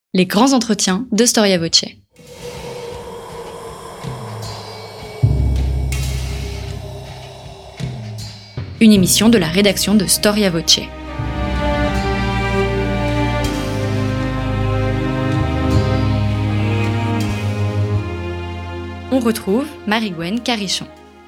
Les grands entretiens de Storia Voce. Une émission de la rédaction de Storia Voce. On retrouve Marie-Gwen Carichon.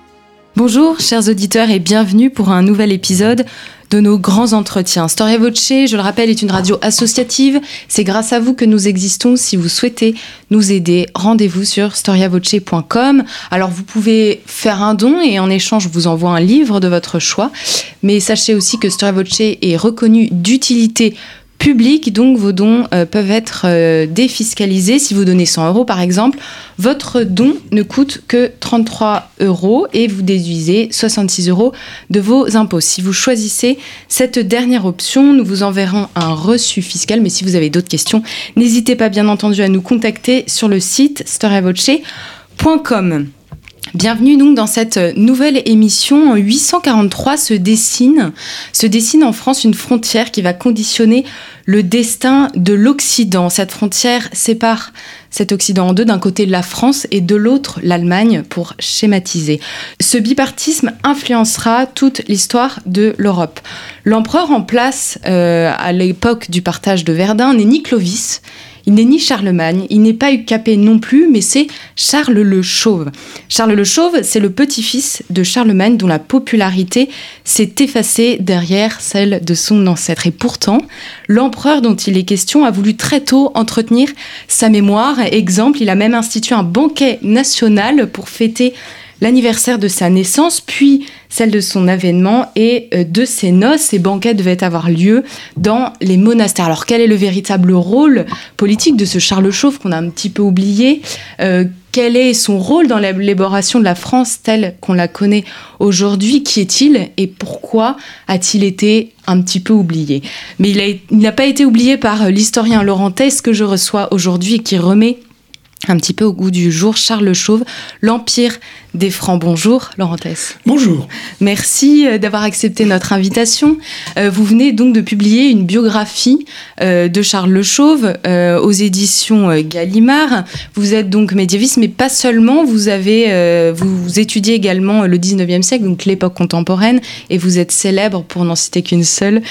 Bonjour chers auditeurs et bienvenue pour un nouvel épisode de nos grands entretiens. Storia Voce, je le rappelle, est une radio associative. C'est grâce à vous que nous existons. Si vous souhaitez nous aider, rendez-vous sur storiavoce.com. Alors vous pouvez faire un don et en échange, je vous envoie un livre de votre choix. Mais sachez aussi que Storia Voce est reconnu d'utilité public, donc vos dons peuvent être défiscalisés. Si vous donnez 100 € par exemple, votre don ne coûte que 33 € et vous déduisez 66 € de vos impôts. Si vous choisissez cette dernière option, nous vous enverrons un reçu fiscal, mais si vous avez d'autres questions, n'hésitez pas bien entendu à nous contacter sur le site storiavoce.com. Bienvenue donc dans cette nouvelle émission. En 843 se dessine en France une frontière qui va conditionner le destin de l'Occident. Cette frontière sépare cet Occident en deux, d'un côté la France et de l'autre l'Allemagne, pour schématiser. Ce bipartisme influencera toute l'histoire de l'Europe. L'empereur en place à l'époque du partage de Verdun n'est ni Clovis, il n'est ni Charlemagne, il n'est pas Capet non plus, mais c'est Charles le Chauve. Charles le Chauve, c'est le petit-fils de Charlemagne dont la popularité s'est effacée derrière celle de son ancêtre. Et pourtant, l'empereur dont il est question a voulu très tôt entretenir sa mémoire. Exemple, il a même institué un banquet national pour fêter l'anniversaire de sa naissance, puis celle de son avènement et de ses noces. Ces banquets devaient avoir lieu dans les monastères. Alors, quel est le véritable rôle politique de ce Charles Chauve qu'on a un petit peu oublié ? Quel est son rôle dans l'élaboration de la France telle qu'on la connaît aujourd'hui ? Qui est-il et pourquoi a-t-il été un petit peu oublié ? Mais il n'a pas été oublié par l'historien Laurent Theiss que je reçois aujourd'hui et qui remet un petit peu au goût du jour Charles le Chauve, l'Empire des Francs. Bonjour Laurent Theiss. Bonjour. Merci d'avoir accepté notre invitation. Vous venez donc de publier une biographie de Charles le Chauve aux éditions Gallimard. Vous êtes donc médiéviste, mais pas seulement. Vous étudiez également le 19e siècle, donc l'époque contemporaine, et vous êtes célèbre, pour n'en citer qu'une seule,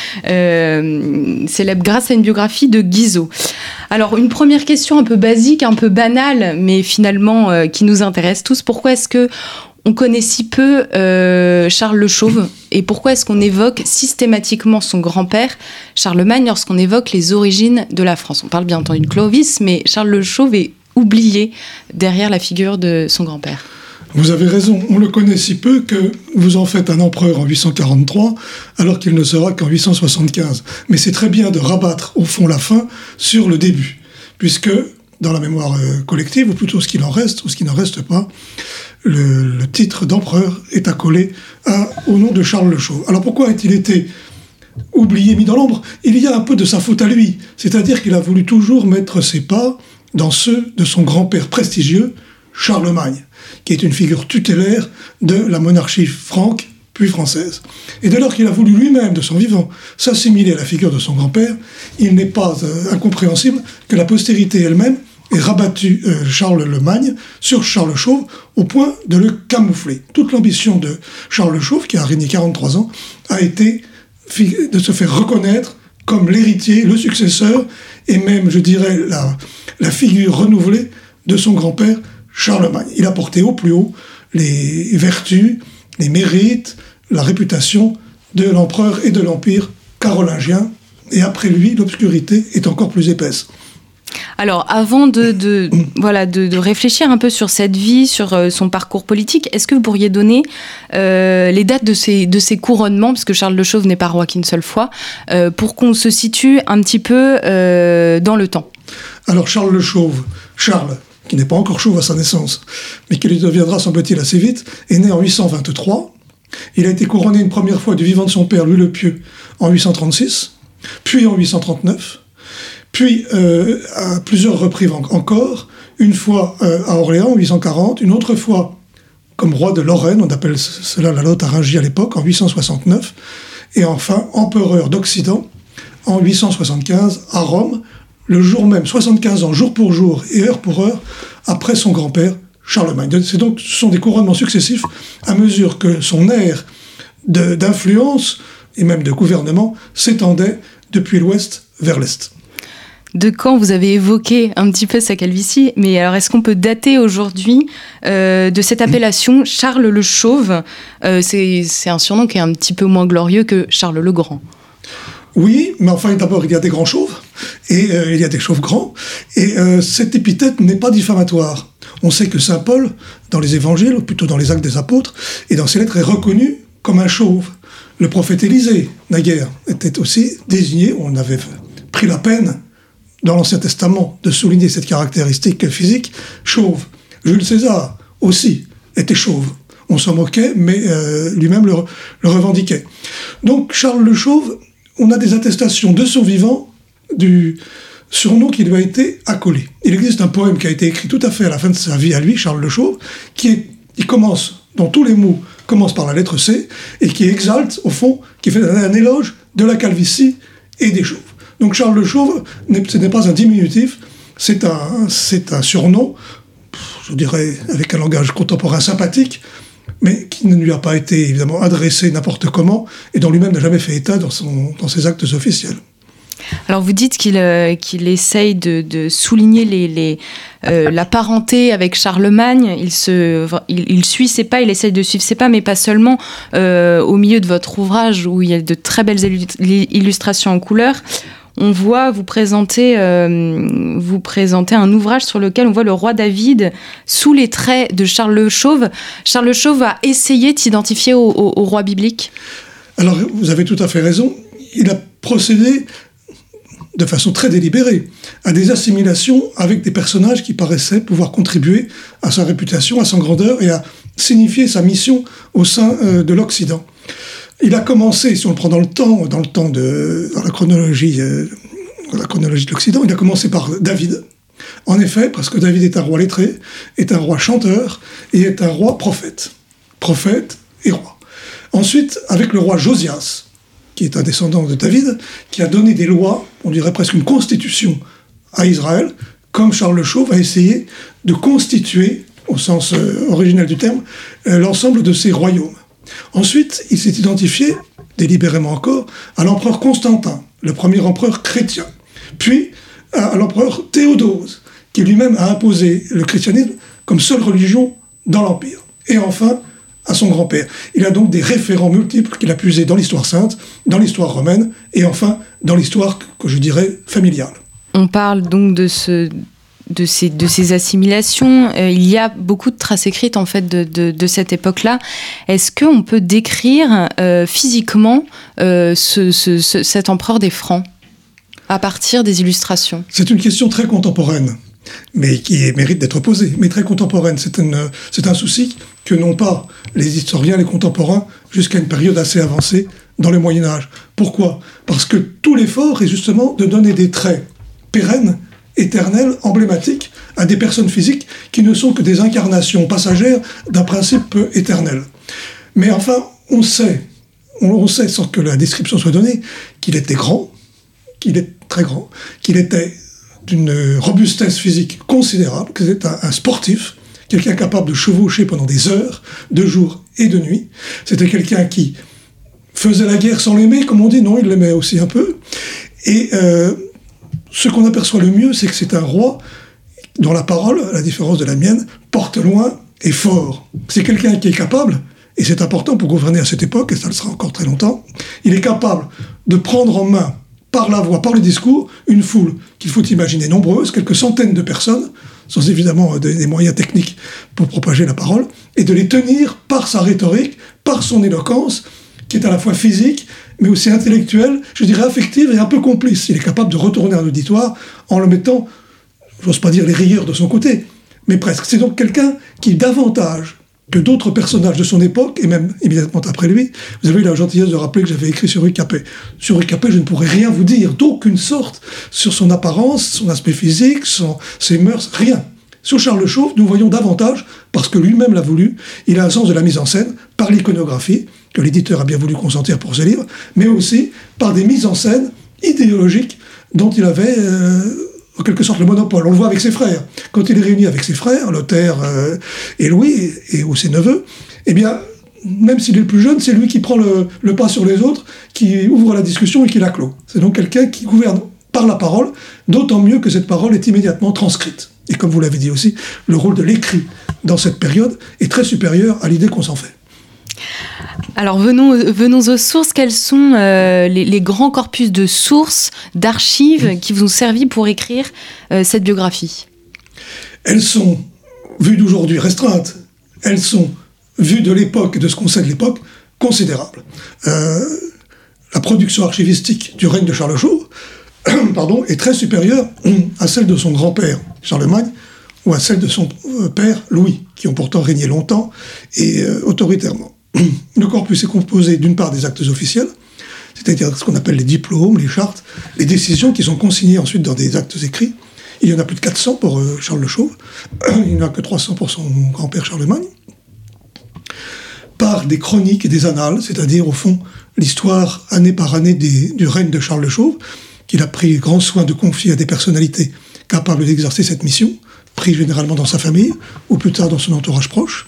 célèbre grâce à une biographie de Guizot. Alors, une première question un peu basique, un peu banale, mais finalement qui nous intéresse tous. Pourquoi est-ce que on connaît si peu Charles le Chauve et pourquoi est-ce qu'on évoque systématiquement son grand-père, Charlemagne, lorsqu'on évoque les origines de la France ? On parle bien entendu de Clovis, mais Charles le Chauve est oublié derrière la figure de son grand-père. Vous avez raison, on le connaît si peu que vous en faites un empereur en 843, alors qu'il ne sera qu'en 875. Mais c'est très bien de rabattre au fond la fin sur le début, puisque dans la mémoire collective, ou plutôt ce qu'il en reste, ou ce qui n'en reste pas, le titre d'empereur est accolé au nom de Charles le Chauve. Alors pourquoi a-t-il été oublié, mis dans l'ombre ? Il y a un peu de sa faute à lui, c'est-à-dire qu'il a voulu toujours mettre ses pas dans ceux de son grand-père prestigieux, Charlemagne, qui est une figure tutélaire de la monarchie franque, puis française. Et dès lors qu'il a voulu lui-même, de son vivant, s'assimiler à la figure de son grand-père, il n'est pas incompréhensible que la postérité elle-même ait rabattu Charles le Magne sur Charles le Chauve au point de le camoufler. Toute l'ambition de Charles le Chauve, qui a régné 43 ans, a été de se faire reconnaître comme l'héritier, le successeur, et même, je dirais, la figure renouvelée de son grand-père, Charlemagne. Il a porté au plus haut les vertus, les mérites, la réputation de l'empereur et de l'empire carolingien. Et après lui, l'obscurité est encore plus épaisse. Alors, avant de réfléchir un peu sur cette vie, sur son parcours politique, est-ce que vous pourriez donner les dates de ses couronnements, parce que Charles le Chauve n'est pas roi qu'une seule fois, pour qu'on se situe un petit peu dans le temps ? Alors, Charles le Chauve, qui n'est pas encore chauve à sa naissance, mais qui lui deviendra, semble-t-il, assez vite, est né en 823. Il a été couronné une première fois du vivant de son père, Louis le Pieux, en 836, puis en 839, puis à plusieurs reprises encore, une fois à Orléans en 840, une autre fois comme roi de Lorraine, on appelle cela la Lotharingie à l'époque, en 869, et enfin empereur d'Occident en 875 à Rome, le jour même, 75 ans, jour pour jour et heure pour heure, après son grand-père, Charlemagne. Ce sont des couronnements successifs à mesure que son ère d'influence et même de gouvernement s'étendait depuis l'ouest vers l'est. De quand vous avez évoqué un petit peu sa calvitie, mais alors est-ce qu'on peut dater aujourd'hui de cette appellation Charles le Chauve? C'est un surnom qui est un petit peu moins glorieux que Charles le Grand. Oui, mais enfin d'abord il y a des grands chauves et il y a des chauves grands et cette épithète n'est pas diffamatoire. On sait que saint Paul, dans les évangiles, ou plutôt dans les actes des apôtres, et dans ses lettres est reconnu comme un chauve. Le prophète Élisée, naguère, était aussi désigné, on avait pris la peine dans l'Ancien Testament de souligner cette caractéristique physique, chauve. Jules César aussi était chauve. On s'en moquait, mais lui-même le revendiquait. Donc Charles le Chauve, on a des attestations de son vivant du surnom qui lui a été accolé. Il existe un poème qui a été écrit tout à fait à la fin de sa vie à lui, Charles le Chauve, il commence, dont tous les mots commencent par la lettre C, et qui exalte, au fond, qui fait un éloge de la calvitie et des chauves. Donc Charles le Chauve, ce n'est pas un diminutif, c'est un surnom, je dirais avec un langage contemporain sympathique, mais qui ne lui a pas été évidemment adressé n'importe comment, et dont lui-même n'a jamais fait état dans ses actes officiels. Alors vous dites qu'il essaye de souligner la parenté avec Charlemagne, il suit ses pas, il essaye de suivre ses pas, mais pas seulement. Au milieu de votre ouvrage, où il y a de très belles illustrations en couleur, on voit vous présenter un ouvrage sur lequel on voit le roi David sous les traits de Charles le Chauve. Charles le Chauve a essayé de s'identifier au roi biblique. Alors vous avez tout à fait raison, il a procédé de façon très délibérée à des assimilations avec des personnages qui paraissaient pouvoir contribuer à sa réputation, à son grandeur et à signifier sa mission au sein de l'Occident. Il a commencé, si on le prend dans la chronologie de l'Occident, il a commencé par David. En effet, parce que David est un roi lettré, est un roi chanteur et est un roi prophète. Prophète et roi. Ensuite, avec le roi Josias, qui est un descendant de David, qui a donné des lois, on dirait presque une constitution à Israël, comme Charles le Chauve a essayé de constituer, au sens originel du terme, l'ensemble de ses royaumes. Ensuite, il s'est identifié, délibérément encore, à l'empereur Constantin, le premier empereur chrétien, puis à l'empereur Théodose, qui lui-même a imposé le christianisme comme seule religion dans l'Empire. Et enfin, à son grand-père. Il a donc des référents multiples qu'il a puisés dans l'histoire sainte, dans l'histoire romaine, et enfin dans l'histoire que je dirais familiale. On parle donc de ces assimilations. Il y a beaucoup de traces écrites en fait de cette époque-là. Est-ce qu'on peut décrire physiquement cet empereur des Francs à partir des illustrations? C'est une question très contemporaine, mais qui mérite d'être posée, mais très contemporaine. C'est un souci que n'ont pas les historiens, les contemporains, jusqu'à une période assez avancée dans le Moyen-Âge. Pourquoi ? Parce que tout l'effort est justement de donner des traits pérennes, éternels, emblématiques, à des personnes physiques qui ne sont que des incarnations passagères d'un principe éternel. Mais enfin, on sait, sans que la description soit donnée, qu'il était grand, qu'il est très grand, qu'il était d'une robustesse physique considérable, que c'était un sportif, quelqu'un capable de chevaucher pendant des heures, de jour et de nuit. C'était quelqu'un qui faisait la guerre sans l'aimer, comme on dit. Non, il l'aimait aussi un peu. Et ce qu'on aperçoit le mieux, c'est que c'est un roi dont la parole, à la différence de la mienne, porte loin et fort. C'est quelqu'un qui est capable, et c'est important pour gouverner à cette époque, et ça le sera encore très longtemps, il est capable de prendre en main, par la voix, par le discours, une foule qu'il faut imaginer nombreuse, quelques centaines de personnes, sans évidemment des moyens techniques pour propager la parole, et de les tenir par sa rhétorique, par son éloquence, qui est à la fois physique, mais aussi intellectuelle, je dirais affective et un peu complice. Il est capable de retourner un auditoire en le mettant, j'ose pas dire les rieurs de son côté, mais presque. C'est donc quelqu'un qui, davantage que d'autres personnages de son époque, et même immédiatement après lui, vous avez eu la gentillesse de rappeler que j'avais écrit sur Rue Capet. Sur Rue Capet, je ne pourrais rien vous dire, d'aucune sorte, sur son apparence, son aspect physique, ses mœurs, rien. Sur Charles le Chauve, nous voyons davantage, parce que lui-même l'a voulu, il a un sens de la mise en scène, par l'iconographie, que l'éditeur a bien voulu consentir pour ce livre, mais aussi par des mises en scène idéologiques dont il avait quelque sorte le monopole. On le voit avec ses frères. Quand il est réuni avec ses frères, Lothaire et Louis, ou ses neveux, eh bien, même s'il est le plus jeune, c'est lui qui prend le pas sur les autres, qui ouvre la discussion et qui la clôt. C'est donc quelqu'un qui gouverne par la parole, d'autant mieux que cette parole est immédiatement transcrite. Et comme vous l'avez dit aussi, le rôle de l'écrit dans cette période est très supérieur à l'idée qu'on s'en fait. Alors venons aux sources. Quels sont les grands corpus de sources, d'archives qui vous ont servi pour écrire cette biographie ? Elles sont, vues d'aujourd'hui, restreintes. Elles sont, vues de l'époque et de ce qu'on sait de l'époque, considérables. La production archivistique du règne de Charles Chauve est très supérieure à celle de son grand-père, Charlemagne, ou à celle de son père, Louis, qui ont pourtant régné longtemps et autoritairement. Le corpus est composé d'une part des actes officiels, c'est-à-dire ce qu'on appelle les diplômes, les chartes, les décisions qui sont consignées ensuite dans des actes écrits. Il y en a plus de 400 pour Charles le Chauve, il n'y en a que 300 pour son grand-père Charlemagne. Par des chroniques et des annales, c'est-à-dire au fond l'histoire année par année du règne de Charles le Chauve, qu'il a pris grand soin de confier à des personnalités capables d'exercer cette mission, pris généralement dans sa famille, ou plus tard dans son entourage proche.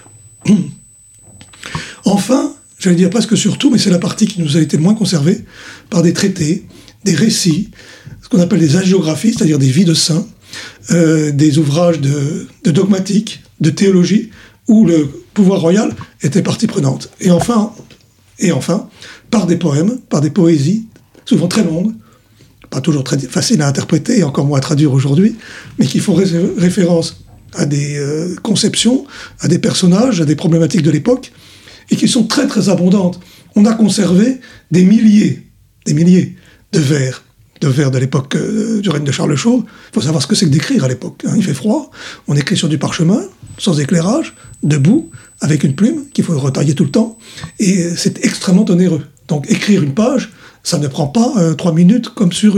Enfin, j'allais dire presque surtout, mais c'est la partie qui nous a été le moins conservée, par des traités, des récits, ce qu'on appelle des hagiographies, c'est-à-dire des vies de saints, des ouvrages de dogmatique, de théologie, où le pouvoir royal était partie prenante. Et enfin, par des poèmes, par des poésies, souvent très longues, pas toujours très faciles à interpréter, et encore moins à traduire aujourd'hui, mais qui font référence à des conceptions, à des personnages, à des problématiques de l'époque, et qui sont très très abondantes. On a conservé des milliers de vers de l'époque du règne de Charles le Chauve. Il faut savoir ce que c'est que d'écrire à l'époque. Il fait froid, on écrit sur du parchemin, sans éclairage, debout, avec une plume qu'il faut retailler tout le temps, et c'est extrêmement onéreux. Donc écrire une page, ça ne prend pas 3 minutes comme sur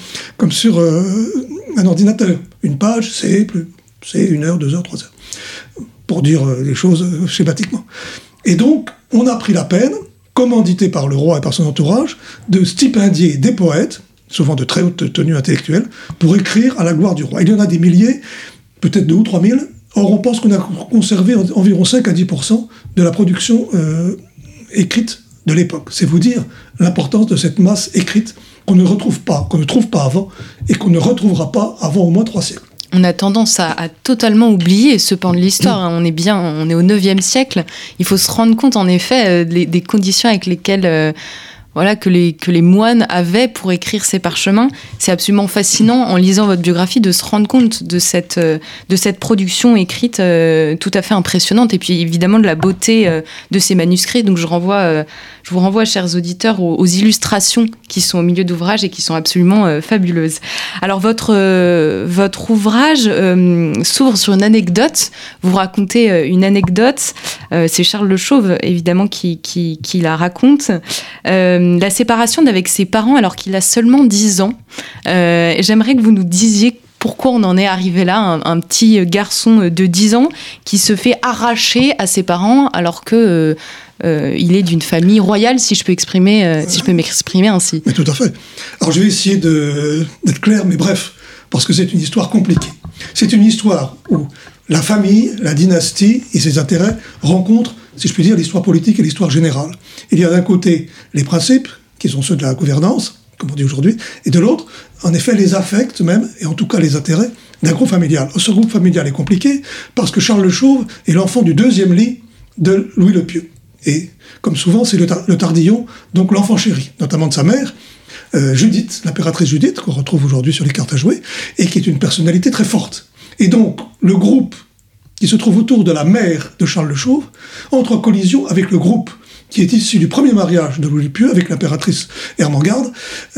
un ordinateur. Une page, c'est 1 heure, 2 heures, 3 heures, pour dire les choses schématiquement. Et donc, on a pris la peine, commandité par le roi et par son entourage, de stipendier des poètes, souvent de très haute tenue intellectuelle, pour écrire à la gloire du roi. Il y en a des milliers, peut-être 2 ou 3 000. Or, on pense qu'on a conservé environ 5 à 10% de la production écrite de l'époque. C'est vous dire l'importance de cette masse écrite qu'on ne trouve pas avant, et qu'on ne retrouvera pas avant au moins 3 siècles. On a tendance à totalement oublier ce pan de l'histoire. On est au 9e siècle. Il faut se rendre compte, en effet, des conditions avec lesquelles que les moines avaient pour écrire ces parchemins. C'est absolument fascinant, en lisant votre biographie, de se rendre compte de cette production écrite tout à fait impressionnante, et puis évidemment de la beauté de ces manuscrits. Donc je vous renvoie, chers auditeurs, aux illustrations qui sont au milieu d'ouvrage et qui sont absolument fabuleuses. Alors votre ouvrage s'ouvre sur une anecdote. Vous racontez une anecdote. C'est Charles le Chauve, évidemment, qui la raconte. La séparation d'avec ses parents alors qu'il a seulement 10 ans. J'aimerais que vous nous disiez pourquoi on en est arrivé là, un petit garçon de 10 ans qui se fait arracher à ses parents alors que il est d'une famille royale, si je peux m'exprimer ainsi. Mais tout à fait. Alors je vais essayer d'être clair, mais bref, parce que c'est une histoire compliquée. C'est une histoire où la famille, la dynastie et ses intérêts rencontrent, si je puis dire, l'histoire politique et l'histoire générale. Il y a d'un côté les principes, qui sont ceux de la gouvernance, comme on dit aujourd'hui, et de l'autre, en effet, les affects même, et en tout cas les intérêts, d'un groupe familial. Ce groupe familial est compliqué, parce que Charles le Chauve est l'enfant du 2e lit de Louis le Pieux. Et, comme souvent, c'est le tardillon, donc l'enfant chéri, notamment de sa mère, Judith, l'impératrice Judith, qu'on retrouve aujourd'hui sur les cartes à jouer, et qui est une personnalité très forte. Et donc, le groupe qui se trouve autour de la mère de Charles le Chauve entre en collision avec le groupe qui est issu du premier mariage de Louis le Pieux avec l'impératrice Hildegarde,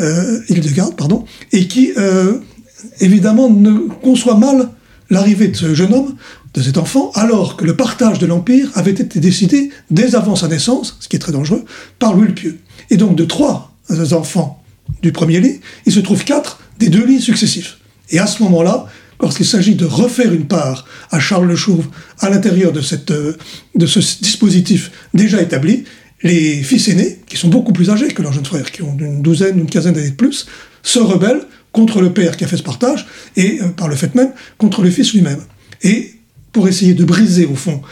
et qui, évidemment, ne conçoit mal l'arrivée de ce jeune homme, de cet enfant, alors que le partage de l'Empire avait été décidé dès avant sa naissance, ce qui est très dangereux, par Louis le Pieux. Et donc, de 3 enfants du premier lit, il se trouve 4 des 2 lits successifs. Et à ce moment-là, lorsqu'il s'agit de refaire une part à Charles le Chauve à l'intérieur de ce dispositif déjà établi, les fils aînés, qui sont beaucoup plus âgés que leurs jeunes frères, qui ont une douzaine, une quinzaine d'années de plus, se rebellent contre le père qui a fait ce partage, et par le fait même, contre le fils lui-même. Et pour essayer de briser, au fond,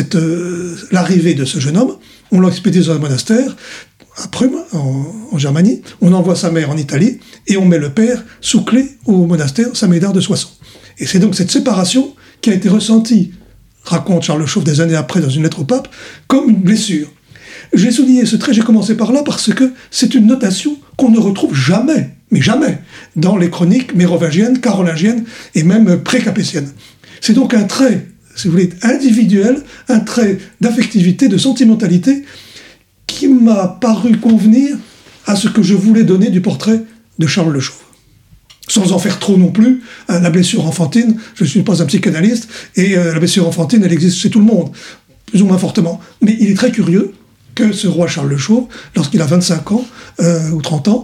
l'arrivée de ce jeune homme, on l'a expédié dans un monastère, à Prüm, en Germanie, on envoie sa mère en Italie, et on met le père sous clé au monastère Saint-Médard de Soissons. Et c'est donc cette séparation qui a été ressentie, raconte Charles Chauve des années après dans une lettre au pape, comme une blessure. J'ai souligné ce trait, j'ai commencé par là, parce que c'est une notation qu'on ne retrouve jamais, mais jamais, dans les chroniques mérovingiennes, carolingiennes et même pré-capétiennes. C'est donc un trait, si vous voulez, individuel, un trait d'affectivité, de sentimentalité, qui m'a paru convenir à ce que je voulais donner du portrait de Charles Le Chauve. Sans en faire trop non plus, la blessure enfantine, je ne suis pas un psychanalyste, et la blessure enfantine, elle existe chez tout le monde, plus ou moins fortement. Mais il est très curieux que ce roi Charles Le Chauve, lorsqu'il a 25 ans ou 30 ans,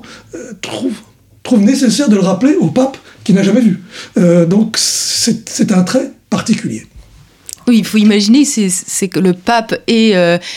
trouve nécessaire de le rappeler au pape qu'il n'a jamais vu. Donc c'est un trait particulier. Oui, il faut imaginer, c'est que le pape et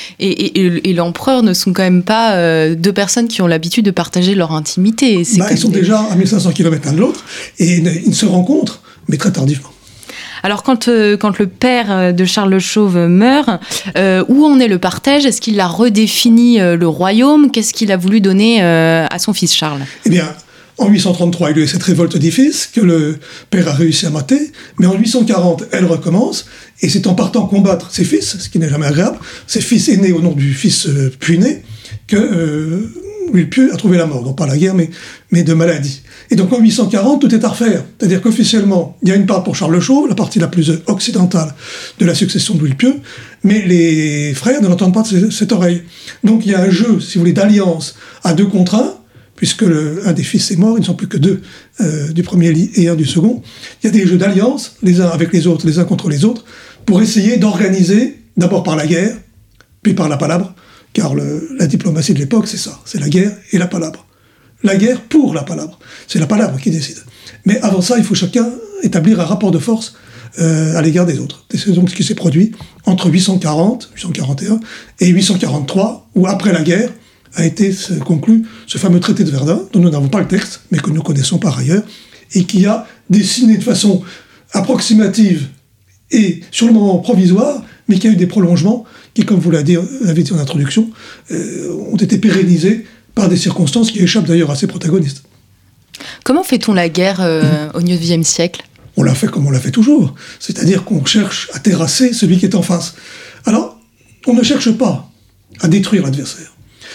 l'empereur ne sont quand même pas deux personnes qui ont l'habitude de partager leur intimité. Ils sont déjà à 1500 km l'un de l'autre, et ils se rencontrent, mais très tardivement. Alors, quand le père de Charles Le Chauve meurt, où en est le partage ? Est-ce qu'il a redéfini le royaume ? Qu'est-ce qu'il a voulu donner à son fils Charles ? Eh bien, en 833, il y a eu cette révolte des fils que le père a réussi à mater, mais en 840, elle recommence, et c'est en partant combattre ses fils, ce qui n'est jamais agréable, ses fils aînés au nom du fils puiné, que Louis le Pieux a trouvé la mort, non pas la guerre, mais de maladie. Et donc en 840, tout est à refaire. C'est-à-dire qu'officiellement, il y a une part pour Charles Le Chauve, la partie la plus occidentale de la succession de Louis le Pieux, mais les frères ne l'entendent pas de cette oreille. Donc il y a un jeu, si vous voulez, d'alliance à 2 contre 1, puisque un des fils est mort, ils ne sont plus que 2 du premier lit et un du second. Il y a des jeux d'alliance, les uns avec les autres, les uns contre les autres, pour essayer d'organiser, d'abord par la guerre, puis par la palabre, car la diplomatie de l'époque, c'est ça, c'est la guerre et la palabre. La guerre pour la palabre, c'est la palabre qui décide. Mais avant ça, il faut chacun établir un rapport de force à l'égard des autres. Et c'est donc ce qui s'est produit entre 840, 841 et 843, où après la guerre, a été conclu ce fameux traité de Verdun, dont nous n'avons pas le texte, mais que nous connaissons par ailleurs, et qui a dessiné de façon approximative et sur le moment provisoire, mais qui a eu des prolongements qui, comme vous l'avez dit en introduction, ont été pérennisés par des circonstances qui échappent d'ailleurs à ses protagonistes. Comment fait-on la guerre au IXe siècle ? On l'a fait comme on l'a fait toujours, c'est-à-dire qu'on cherche à terrasser celui qui est en face. Alors, on ne cherche pas à détruire l'adversaire.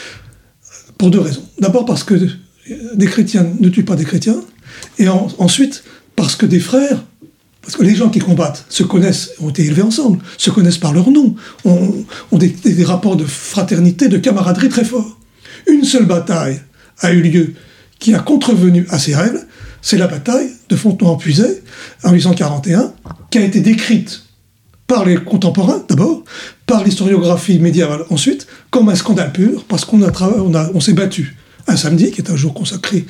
Pour 2 raisons. D'abord parce que des chrétiens ne tuent pas des chrétiens, et ensuite parce que des frères, parce que les gens qui combattent se connaissent, ont été élevés ensemble, se connaissent par leur nom, ont des rapports de fraternité, de camaraderie très forts. Une seule bataille a eu lieu qui a contrevenu à ces règles, c'est la bataille de Fontenoy-en-Puisaye en 841, qui a été décrite par les contemporains, d'abord, par l'historiographie médiévale ensuite, comme un scandale pur, parce qu'on s'est battu un samedi, qui est un jour consacré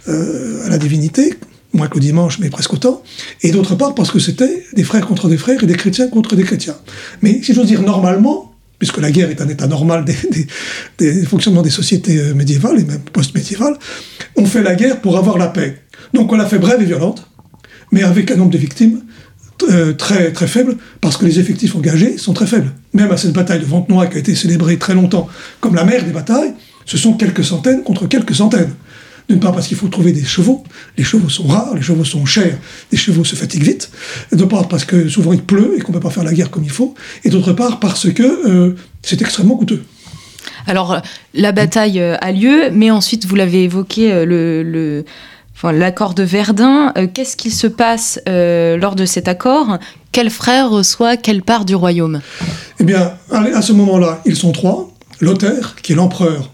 à la divinité, moins que le dimanche, mais presque autant, et d'autre part parce que c'était des frères contre des frères et des chrétiens contre des chrétiens. Mais si j'ose dire normalement, puisque la guerre est un état normal des fonctionnements des sociétés médiévales et même post-médiévales, on fait la guerre pour avoir la paix. Donc on l'a fait brève et violente, mais avec un nombre de victimes très, très faible, parce que les effectifs engagés sont très faibles. Même à cette bataille de Fontenoy, qui a été célébrée très longtemps comme la mère des batailles, ce sont quelques centaines contre quelques centaines. D'une part parce qu'il faut trouver des chevaux, les chevaux sont rares, les chevaux sont chers, les chevaux se fatiguent vite, d'autre part parce que souvent il pleut et qu'on ne peut pas faire la guerre comme il faut, et d'autre part parce que c'est extrêmement coûteux. Alors, la bataille a lieu, mais ensuite, vous l'avez évoqué, l'accord de Verdun. Qu'est-ce qui se passe lors de cet accord ? Quel frère reçoit quelle part du royaume ? Eh bien, à ce moment-là, ils sont 3. Lothaire, qui est l'empereur,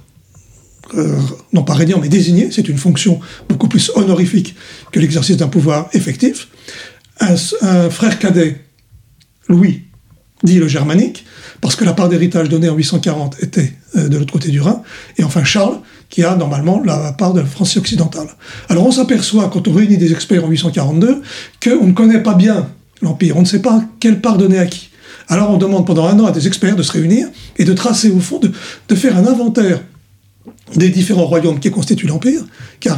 non pas régnant, mais désigné, c'est une fonction beaucoup plus honorifique que l'exercice d'un pouvoir effectif. Un frère cadet, Louis, dit le germanique, parce que la part d'héritage donnée en 840 était de l'autre côté du Rhin, et enfin Charles, qui a normalement la part de la France occidentale. Alors on s'aperçoit, quand on réunit des experts en 842, qu'on ne connaît pas bien l'Empire, on ne sait pas quelle part donner à qui. Alors on demande pendant 1 an à des experts de se réunir et de tracer au fond, de faire un inventaire des différents royaumes qui constituent l'Empire, car il y a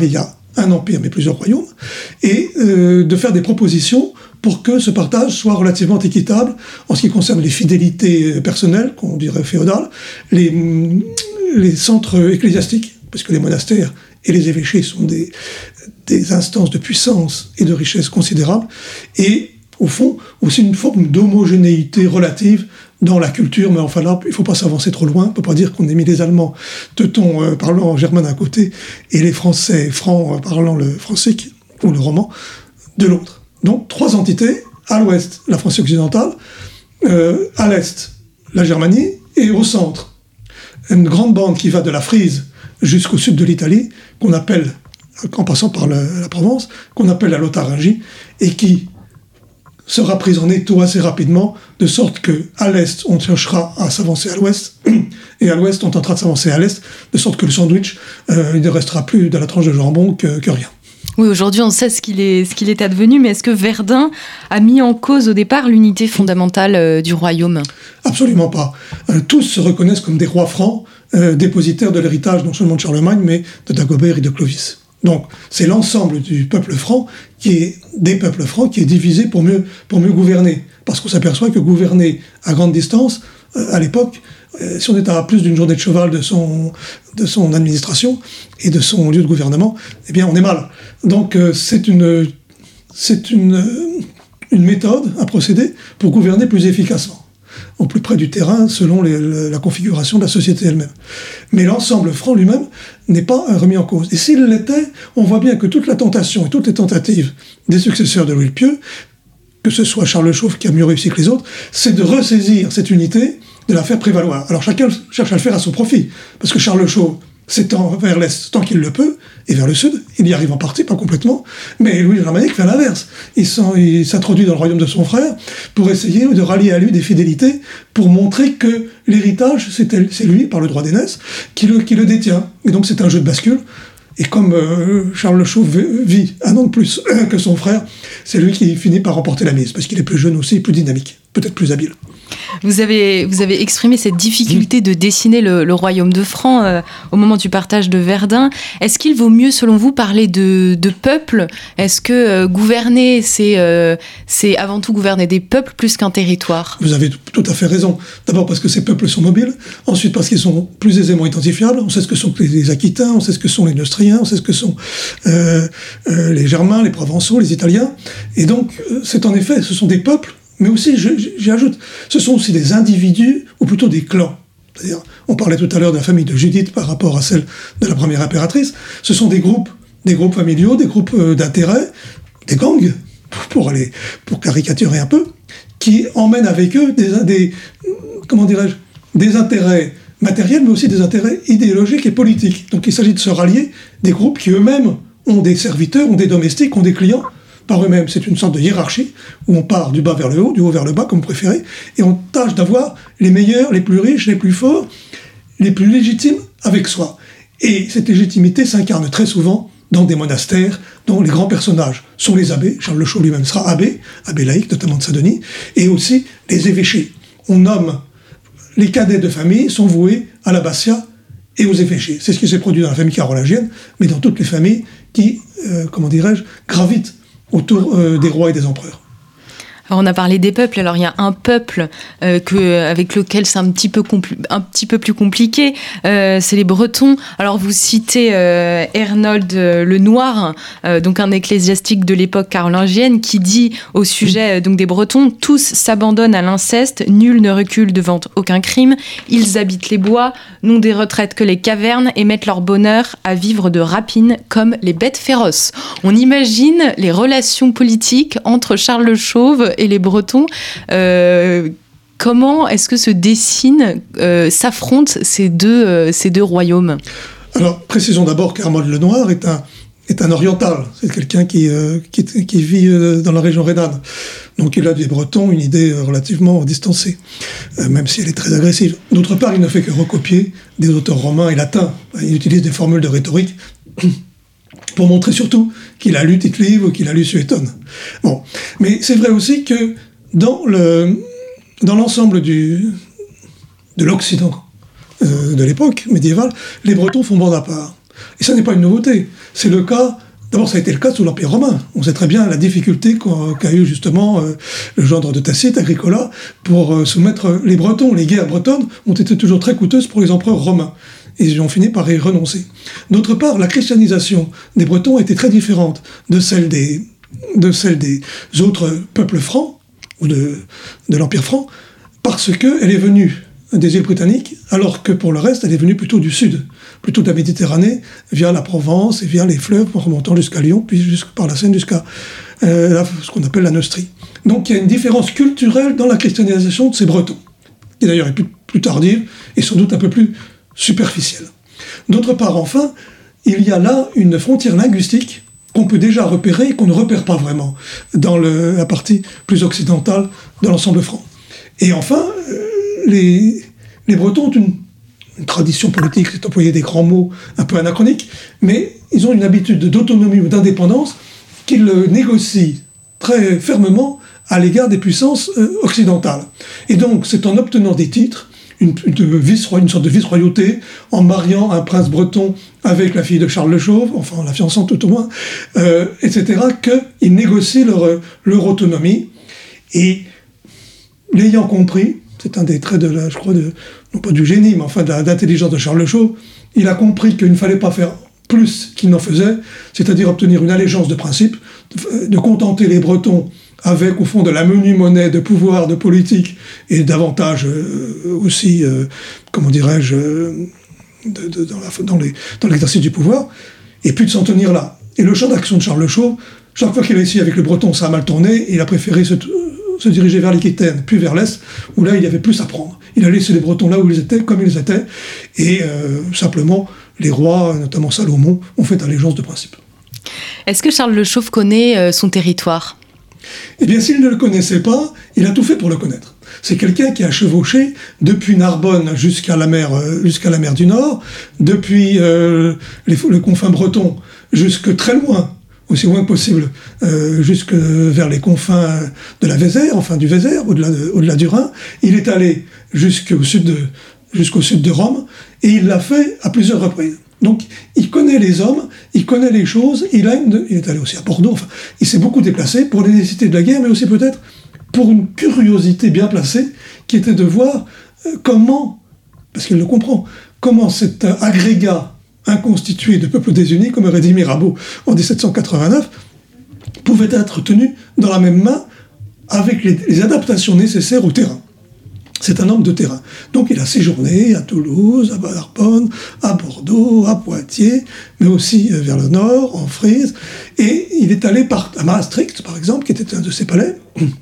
un empire, mais plusieurs royaumes, et de faire des propositions pour que ce partage soit relativement équitable en ce qui concerne les fidélités personnelles, qu'on dirait féodales, les centres ecclésiastiques, parce que les monastères et les évêchés sont des instances de puissance et de richesse considérables, et au fond, aussi une forme d'homogénéité relative dans la culture, mais enfin là, il ne faut pas s'avancer trop loin, on ne peut pas dire qu'on ait mis les Allemands teutons parlant germain d'un côté, et les Français francs parlant le français ou le roman de l'autre. Donc, 3 entités, à l'ouest, la France occidentale, à l'est, la Germanie, et au centre, une grande bande qui va de la Frise jusqu'au sud de l'Italie, qu'on appelle, en passant par la Provence, qu'on appelle la Lotharingie, et qui sera prise en étau assez rapidement, de sorte qu'à l'est, on cherchera à s'avancer à l'ouest, et à l'ouest, on tentera de s'avancer à l'est, de sorte que le sandwich, il ne restera plus de la tranche de jambon que rien. Oui, aujourd'hui, on sait ce qu'il est advenu, mais est-ce que Verdun a mis en cause au départ l'unité fondamentale du royaume ? Absolument pas. Tous se reconnaissent comme des rois francs, dépositaires de l'héritage non seulement de Charlemagne, mais de Dagobert et de Clovis. Donc, c'est l'ensemble du peuple franc des peuples francs qui est divisé pour mieux gouverner. Parce qu'on s'aperçoit que gouverner à grande distance, à l'époque, si on est à plus d'une journée de cheval de son administration et de son lieu de gouvernement, eh bien on est mal. Donc c'est une méthode, un procédé pour gouverner plus efficacement, au plus près du terrain, selon la configuration de la société elle-même. Mais l'ensemble franc lui-même n'est pas remis en cause. Et s'il l'était, on voit bien que toute la tentation et toutes les tentatives des successeurs de Louis le Pieux, que ce soit Charles le Chauve qui a mieux réussi que les autres, c'est de ressaisir cette unité, de la faire prévaloir. Alors chacun cherche à le faire à son profit, parce que Charles le Chauve s'étend vers l'est tant qu'il le peut, et vers le sud, il y arrive en partie, pas complètement, mais Louis Germanique fait l'inverse. Il s'introduit dans le royaume de son frère pour essayer de rallier à lui des fidélités, pour montrer que l'héritage, c'est lui, par le droit d'aînesse, qui le détient. Et donc c'est un jeu de bascule. Et comme Charles le Chauve vit 1 an de plus que son frère, c'est lui qui finit par remporter la mise, parce qu'il est plus jeune aussi, plus dynamique, peut-être plus habile. Vous avez exprimé cette difficulté de dessiner le royaume de Franc au moment du partage de Verdun. Est-ce qu'il vaut mieux, selon vous, parler de peuple ? Est-ce que gouverner, c'est avant tout gouverner des peuples plus qu'un territoire ? Vous avez tout à fait raison. D'abord parce que ces peuples sont mobiles, ensuite parce qu'ils sont plus aisément identifiables. On sait ce que sont les Aquitains, on sait ce que sont les Neustriens, on sait ce que sont les Germains, les Provençaux, les Italiens. Et donc, c'est en effet, ce sont des peuples, mais aussi, j'ajoute, ce sont aussi des individus, ou plutôt des clans. C'est-à-dire, on parlait tout à l'heure de la famille de Judith par rapport à celle de la première impératrice. Ce sont des groupes familiaux, des groupes d'intérêts, des gangs, pour caricaturer un peu, qui emmènent avec eux des intérêts matériels, mais aussi des intérêts idéologiques et politiques. Donc il s'agit de se rallier des groupes qui eux-mêmes ont des serviteurs, ont des domestiques, ont des clients par eux-mêmes. C'est une sorte de hiérarchie où on part du bas vers le haut, du haut vers le bas, comme vous préférez, et on tâche d'avoir les meilleurs, les plus riches, les plus forts, les plus légitimes avec soi. Et cette légitimité s'incarne très souvent dans des monastères, dont les grands personnages sont les abbés. Charles le Chauve lui-même sera abbé laïque, notamment de Saint-Denis, et aussi les évêchés. On nomme les cadets de famille sont voués à l'abbatiat et aux évêchés. C'est ce qui s'est produit dans la famille carolingienne, mais dans toutes les familles qui, gravitent autour des rois et des empereurs. Alors on a parlé des peuples, alors il y a un peuple avec lequel c'est un petit peu plus compliqué, c'est les Bretons. Alors vous citez Ernold le Noir, donc un ecclésiastique de l'époque carolingienne, qui dit au sujet donc des Bretons: tous s'abandonnent à l'inceste, nul ne recule devant aucun crime, ils habitent les bois, n'ont des retraites que les cavernes et mettent leur bonheur à vivre de rapine comme les bêtes féroces. On imagine les relations politiques entre Charles le Chauve et les Bretons. Comment est-ce que se dessinent, s'affrontent ces deux royaumes ? Alors, précisons d'abord qu'Ernold le Noir est un oriental. C'est quelqu'un qui vit dans la région rhénane. Donc il a des Bretons une idée relativement distancée, même si elle est très agressive. D'autre part, il ne fait que recopier des auteurs romains et latins. Il utilise des formules de rhétorique pour montrer surtout qu'il a lu Tite-Live ou qu'il a lu Suétone. Bon. Mais c'est vrai aussi que dans l'ensemble de l'Occident de l'époque médiévale, les Bretons font bande à part. Et ça n'est pas une nouveauté. C'est le cas D'abord, ça a été le cas sous l'Empire romain. On sait très bien la difficulté qu'a eu justement le gendre de Tacite, Agricola, pour soumettre les Bretons. Les guerres bretonnes ont été toujours très coûteuses pour les empereurs romains. Et ils ont fini par y renoncer. D'autre part, la christianisation des Bretons était très différente de celle des autres peuples francs, ou de l'Empire franc, parce qu'elle est venue des îles britanniques, alors que pour le reste, elle est venue plutôt du sud, plutôt de la Méditerranée, via la Provence et via les fleuves, en remontant jusqu'à Lyon, puis par la Seine jusqu'à ce qu'on appelle la Neustrie. Donc il y a une différence culturelle dans la christianisation de ces Bretons, qui d'ailleurs est plus tardive et sans doute un peu plus superficielle. D'autre part, enfin, il y a là une frontière linguistique qu'on peut déjà repérer et qu'on ne repère pas vraiment dans la partie plus occidentale de l'ensemble franc. Et enfin, les Bretons ont une tradition politique, c'est employer des grands mots un peu anachroniques, mais ils ont une habitude d'autonomie ou d'indépendance qu'ils négocient très fermement à l'égard des puissances occidentales. Et donc, c'est en obtenant des titres, une sorte de vice-royauté, en mariant un prince breton avec la fille de Charles le Chauve, enfin en la fiançant tout au moins, etc., qu'ils négocient leur autonomie. Et l'ayant compris, c'est un des traits non pas du génie, mais enfin de l'intelligence de Charles le Chauve, il a compris qu'il ne fallait pas faire plus qu'il n'en faisait, c'est-à-dire obtenir une allégeance de principe, de contenter les Bretons avec, au fond, de la menue monnaie de pouvoir, de politique, et davantage aussi, comment dirais-je, dans l'exercice du pouvoir, et puis de s'en tenir là. Et le champ d'action de Charles le Chauve, chaque fois qu'il a essayé avec les Bretons, ça a mal tourné, et il a préféré se diriger vers l'Aquitaine, puis vers l'Est, où là, il y avait plus à prendre. Il a laissé les Bretons là où ils étaient, comme ils étaient, et simplement, les rois, notamment Salomon, ont fait allégeance de principe. Est-ce que Charles le Chauve connaît son territoire ? Eh bien, s'il ne le connaissait pas, il a tout fait pour le connaître. C'est quelqu'un qui a chevauché depuis Narbonne jusqu'à la mer du Nord, depuis les confins bretons jusque très loin, aussi loin que possible, jusque vers les confins de la Vézère, enfin du Vézère, au-delà du Rhin. Il est allé jusqu'au sud de Rome, et il l'a fait à plusieurs reprises. Donc, il connaît les hommes, il connaît les choses, il est allé aussi à Bordeaux, enfin, il s'est beaucoup déplacé pour les nécessités de la guerre, mais aussi peut-être pour une curiosité bien placée, qui était de voir comment, parce qu'il le comprend, comment cet agrégat inconstitué de peuples désunis, comme aurait dit Mirabeau en 1789, pouvait être tenu dans la même main avec les adaptations nécessaires au terrain. C'est un homme de terrain. Donc il a séjourné à Toulouse, à Narbonne, à Bordeaux, à Poitiers, mais aussi vers le nord, en Frise. Et il est allé à Maastricht, par exemple, qui était un de ses palais.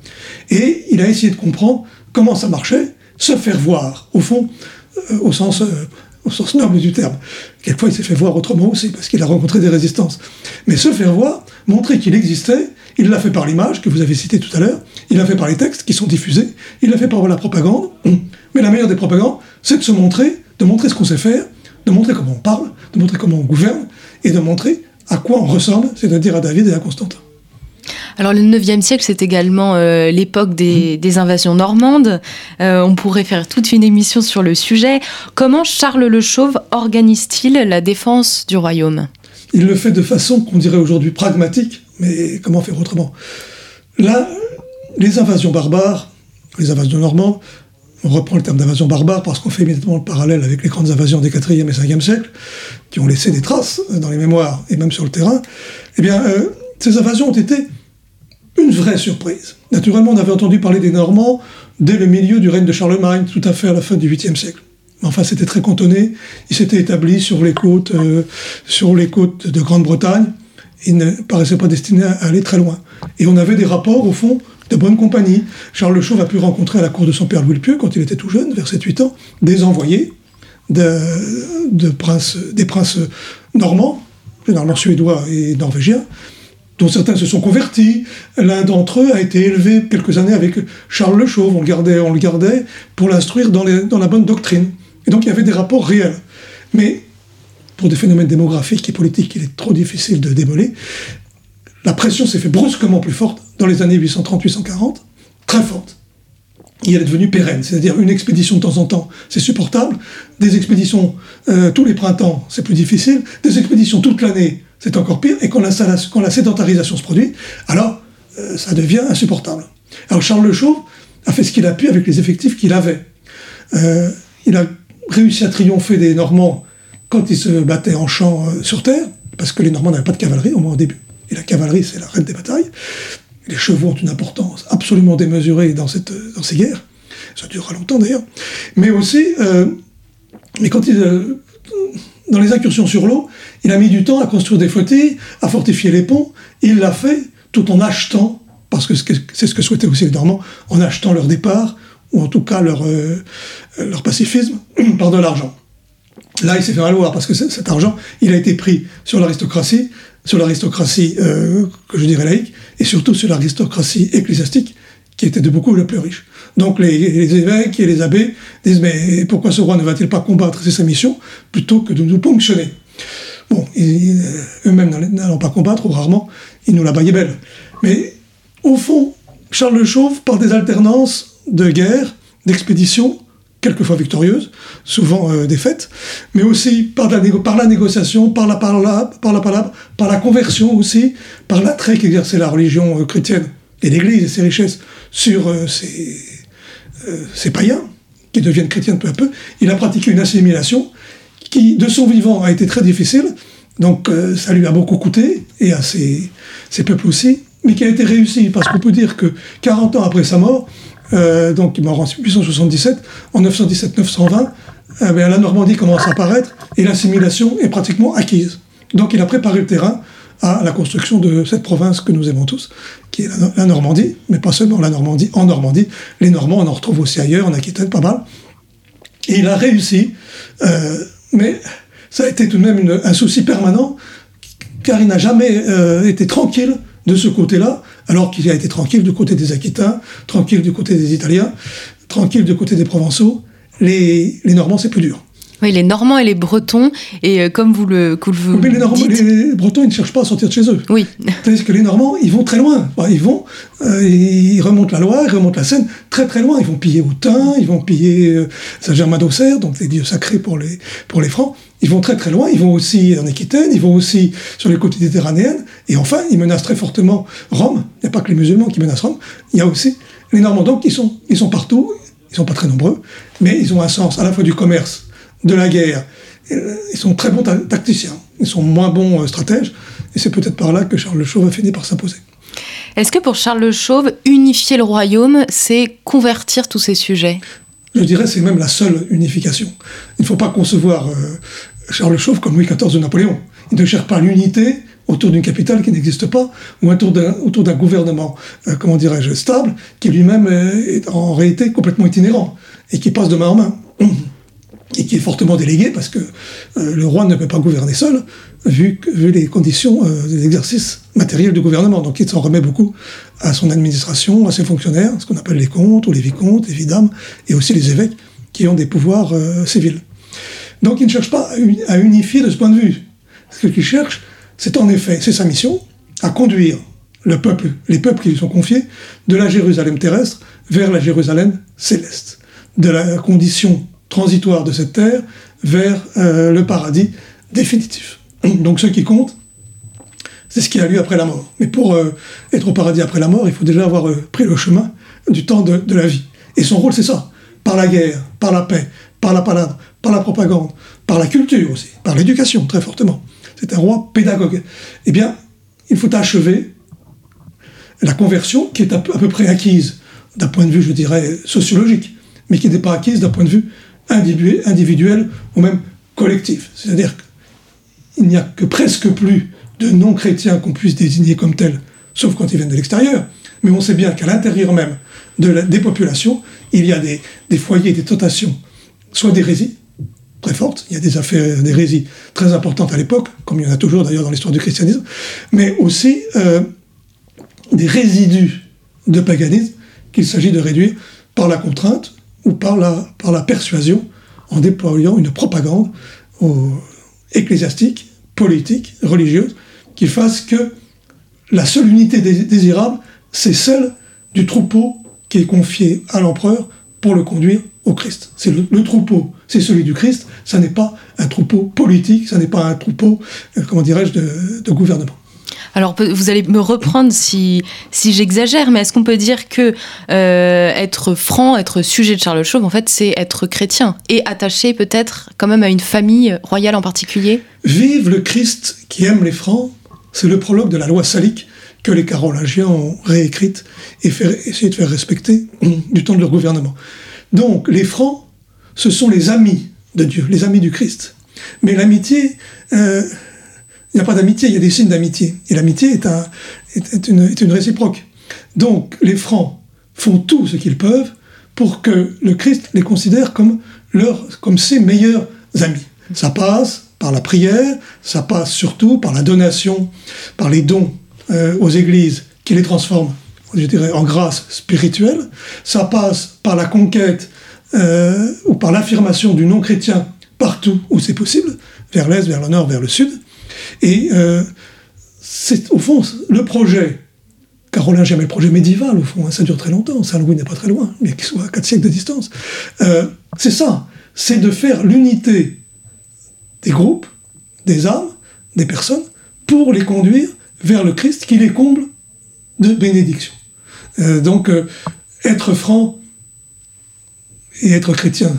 Et il a essayé de comprendre comment ça marchait, se faire voir, au fond, au sens noble du terme. Quelquefois, il s'est fait voir autrement aussi, parce qu'il a rencontré des résistances. Mais se faire voir, montrer qu'il existait, il l'a fait par l'image, que vous avez citée tout à l'heure, il l'a fait par les textes qui sont diffusés, il l'a fait par la propagande, mais la meilleure des propagandes, c'est de se montrer, de montrer ce qu'on sait faire, de montrer comment on parle, de montrer comment on gouverne, et de montrer à quoi on ressemble, c'est-à-dire à David et à Constantin. Alors le 9e siècle, c'est également l'époque des invasions normandes. On pourrait faire toute une émission sur le sujet. Comment Charles le Chauve organise-t-il la défense du royaume ? Il le fait de façon qu'on dirait aujourd'hui pragmatique, mais comment faire autrement ? Là, les invasions barbares, les invasions normandes, on reprend le terme d'invasion barbare parce qu'on fait immédiatement le parallèle avec les grandes invasions des 4e et 5e siècles, qui ont laissé des traces dans les mémoires et même sur le terrain. Eh bien, ces invasions ont été une vraie surprise. Naturellement, on avait entendu parler des Normands dès le milieu du règne de Charlemagne, tout à fait à la fin du 8e siècle. Mais enfin, c'était très cantonné. Ils s'étaient établis sur les côtes de Grande-Bretagne. Ils ne paraissaient pas destinés à aller très loin. Et on avait des rapports, au fond, de bonne compagnie. Charles le Chauve a pu rencontrer à la cour de son père Louis le Pieux, quand il était tout jeune, vers 7-8 ans, des envoyés des princes normands, généralement suédois et norvégiens, dont certains se sont convertis. L'un d'entre eux a été élevé quelques années avec Charles le Chauve. On le gardait pour l'instruire dans la bonne doctrine. Et donc il y avait des rapports réels. Mais pour des phénomènes démographiques et politiques, il est trop difficile de démoler. La pression s'est fait brusquement plus forte dans les années 830-840, très forte. Et elle est devenue pérenne, c'est-à-dire une expédition de temps en temps, c'est supportable. Des expéditions tous les printemps, c'est plus difficile. Des expéditions toute l'année, c'est encore pire. Et quand la sédentarisation se produit, alors ça devient insupportable. Alors Charles Le Chauve a fait ce qu'il a pu avec les effectifs qu'il avait. Il a réussi à triompher des Normands quand ils se battaient en champ sur terre, parce que les Normands n'avaient pas de cavalerie, au moins au début. Et la cavalerie, c'est la reine des batailles. Les chevaux ont une importance absolument démesurée dans ces guerres. Ça durera longtemps d'ailleurs. Mais aussi, quand dans les incursions sur l'eau, il a mis du temps à construire des flottilles, à fortifier les ponts. Il l'a fait tout en achetant, parce que c'est ce que souhaitaient aussi les Normands, en achetant leur départ, ou en tout cas leur pacifisme, par de l'argent. Là, il s'est fait valoir, parce que cet argent, il a été pris sur l'aristocratie que je dirais laïque, et surtout sur l'aristocratie ecclésiastique, qui était de beaucoup le plus riche. Donc les évêques et les abbés disent « Mais pourquoi ce roi ne va-t-il pas combattre, c'est sa mission, plutôt que de nous ponctionner ?» Bon, eux-mêmes n'allant pas combattre, ou rarement, ils nous la baillaient belle. Mais au fond, Charles Le Chauve, par des alternances de guerre, d'expéditions, quelquefois victorieuses, souvent défaites, mais aussi par la négociation, par la palabre, par la conversion aussi, par l'attrait qu'exerçait la religion chrétienne et l'Église et ses richesses sur ces païens, qui deviennent chrétiens peu à peu. Il a pratiqué une assimilation qui, de son vivant, a été très difficile, donc ça lui a beaucoup coûté, et à ses peuples aussi, mais qui a été réussi, parce qu'on peut dire que 40 ans après sa mort, donc il est mort en 1877, en 917-920, la Normandie commence à apparaître et l'assimilation est pratiquement acquise. Donc il a préparé le terrain à la construction de cette province que nous aimons tous, qui est la Normandie, mais pas seulement la Normandie, en Normandie. Les Normands, on en retrouve aussi ailleurs, en Aquitaine, pas mal. Et il a réussi, mais ça a été tout de même un souci permanent, car il n'a jamais été tranquille de ce côté-là, alors qu'il a été tranquille du côté des Aquitains, tranquille du côté des Italiens, tranquille du côté des Provençaux. Les Normands, c'est plus dur. Oui, les Normands et les Bretons, et comme vous le mais dites... les Bretons, ils ne cherchent pas à sortir de chez eux. Oui. C'est-à-dire que les Normands, ils vont très loin. Ils remontent la Loire, ils remontent la Seine, très très loin. Ils vont piller Autun, ils vont piller Saint-Germain-d'Auxerre, donc les lieux sacrés pour les Francs. Ils vont très très loin, ils vont aussi en Aquitaine, ils vont aussi sur les côtes méditerranéennes, et enfin, ils menacent très fortement Rome. Il n'y a pas que les musulmans qui menacent Rome, il y a aussi les Normands. Donc ils sont partout, ils ne sont pas très nombreux, mais ils ont un sens à la fois du commerce, de la guerre. Ils sont très bons tacticiens, ils sont moins bons stratèges, et c'est peut-être par là que Charles Le Chauve a fini par s'imposer. Est-ce que pour Charles Le Chauve, unifier le royaume, c'est convertir tous ces sujets ? Je dirais que c'est même la seule unification. Il ne faut pas concevoir Charles Le Chauve comme Louis XIV de Napoléon. Il ne cherche pas l'unité autour d'une capitale qui n'existe pas, ou autour d'un gouvernement, stable, qui lui-même est en réalité complètement itinérant, et qui passe de main en main. Et qui est fortement délégué, parce que le roi ne peut pas gouverner seul, vu les conditions d'exercice matériel du gouvernement. Donc il s'en remet beaucoup à son administration, à ses fonctionnaires, ce qu'on appelle les comtes, ou les vicomtes, les vidame, et aussi les évêques, qui ont des pouvoirs civils. Donc il ne cherche pas à unifier de ce point de vue. Ce qu'il cherche, c'est sa mission, à conduire les peuples qui lui sont confiés, de la Jérusalem terrestre vers la Jérusalem céleste, de la condition transitoire de cette terre vers le paradis définitif. Donc ce qui compte, c'est ce qui a lieu après la mort. Mais pour être au paradis après la mort, il faut déjà avoir pris le chemin du temps de la vie. Et son rôle, c'est ça. Par la guerre, par la paix, par la palabre, par la propagande, par la culture aussi, par l'éducation, très fortement. C'est un roi pédagogue. Eh bien, il faut achever la conversion qui est à peu près acquise d'un point de vue, je dirais, sociologique, mais qui n'est pas acquise d'un point de vue individuel ou même collectif. C'est-à-dire qu'il n'y a que presque plus de non-chrétiens qu'on puisse désigner comme tels, sauf quand ils viennent de l'extérieur. Mais on sait bien qu'à l'intérieur même des populations, il y a des foyers, des tentations, soit d'hérésie très fortes, il y a des affaires d'hérésie très importantes à l'époque, comme il y en a toujours d'ailleurs dans l'histoire du christianisme, mais aussi des résidus de paganisme qu'il s'agit de réduire par la contrainte ou par la persuasion, en déployant une propagande ecclésiastique, politique, religieuse, qui fasse que la seule unité désirable, c'est celle du troupeau qui est confié à l'empereur pour le conduire au Christ. C'est le troupeau, c'est celui du Christ, ça n'est pas un troupeau politique, ça n'est pas un troupeau, de gouvernement. Alors, vous allez me reprendre si j'exagère, mais est-ce qu'on peut dire que être franc, être sujet de Charles Chauve, en fait, c'est être chrétien et attaché peut-être quand même à une famille royale en particulier ? Vive le Christ qui aime les francs, c'est le prologue de la loi salique que les Carolingiens ont réécrite et essayé de faire respecter du temps de leur gouvernement. Donc, les francs, ce sont les amis de Dieu, les amis du Christ. Mais l'amitié... il n'y a pas d'amitié, il y a des signes d'amitié. Et l'amitié est une réciproque. Donc, les francs font tout ce qu'ils peuvent pour que le Christ les considère comme ses meilleurs amis. Ça passe par la prière, ça passe surtout par la donation, par les dons aux églises qui les transforment, je dirais, en grâce spirituelle. Ça passe par la conquête ou par l'affirmation du non-chrétien partout où c'est possible, vers l'Est, vers le Nord, vers le Sud. Et c'est au fond le projet carolingien, mais le projet médiéval au fond, ça dure très longtemps, Saint-Louis n'est pas très loin, mais qu'il soit à 4 siècles de distance. C'est ça, c'est de faire l'unité des groupes, des âmes, des personnes, pour les conduire vers le Christ qui les comble de bénédiction. Donc être franc et être chrétien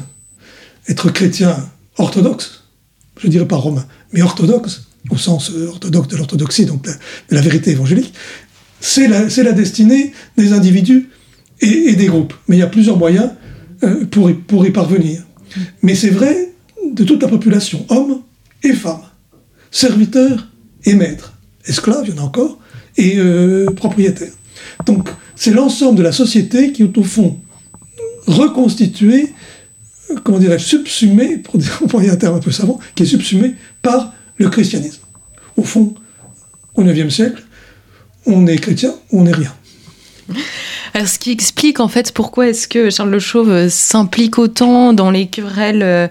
orthodoxe, je dirais pas romain, mais orthodoxe, au sens orthodoxe de l'orthodoxie, donc de la vérité évangélique, c'est la destinée des individus et des groupes. Mais il y a plusieurs moyens pour y parvenir. Mais c'est vrai de toute la population, hommes et femmes, serviteurs et maîtres, esclaves, il y en a encore, et propriétaires. Donc c'est l'ensemble de la société qui est au fond reconstituée, subsumée, pour employer un terme un peu savant, qui est subsumée par le christianisme. Au fond, au IXe siècle, on est chrétien ou on n'est rien. Alors, ce qui explique en fait pourquoi est-ce que Charles Le Chauve s'implique autant dans les querelles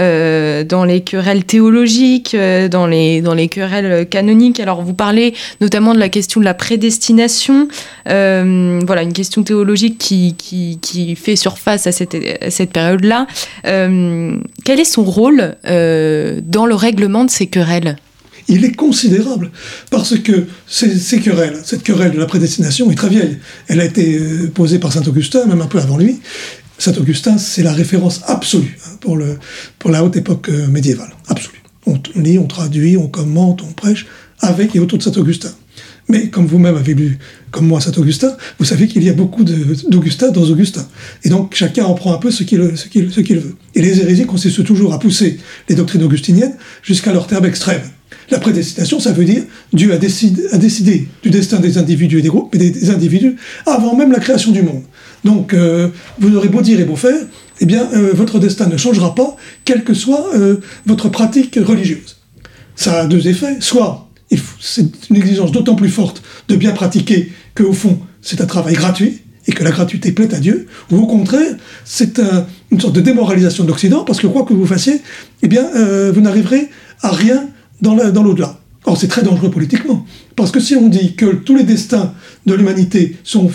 théologiques, dans les querelles canoniques. Alors, vous parlez notamment de la question de la prédestination, une question théologique qui fait surface à cette période-là. Quel est son rôle dans le règlement de ces querelles ? Il est considérable, parce que cette querelle de la prédestination est très vieille. Elle a été posée par saint Augustin, même un peu avant lui. Saint Augustin, c'est la référence absolue pour la haute époque médiévale, absolue. On lit, on traduit, on commente, on prêche, avec et autour de saint Augustin. Mais comme vous-même avez lu, comme moi, saint Augustin, vous savez qu'il y a beaucoup d'Augustin dans Augustin. Et donc, chacun en prend un peu ce qu'il veut. Et les hérésies consistent toujours à pousser les doctrines augustiniennes jusqu'à leur terme extrême. La prédestination, ça veut dire Dieu a décidé du destin des individus et des groupes, mais des individus avant même la création du monde. Donc, vous aurez beau dire et beau faire, votre destin ne changera pas, quelle que soit votre pratique religieuse. Ça a deux effets. Soit, c'est une exigence d'autant plus forte de bien pratiquer qu'au fond, c'est un travail gratuit, et que la gratuité plaît à Dieu, ou au contraire, c'est une sorte de démoralisation de l'Occident, parce que quoi que vous fassiez, vous n'arriverez à rien dans l'au-delà. Or, c'est très dangereux politiquement, parce que si on dit que tous les destins de l'humanité sont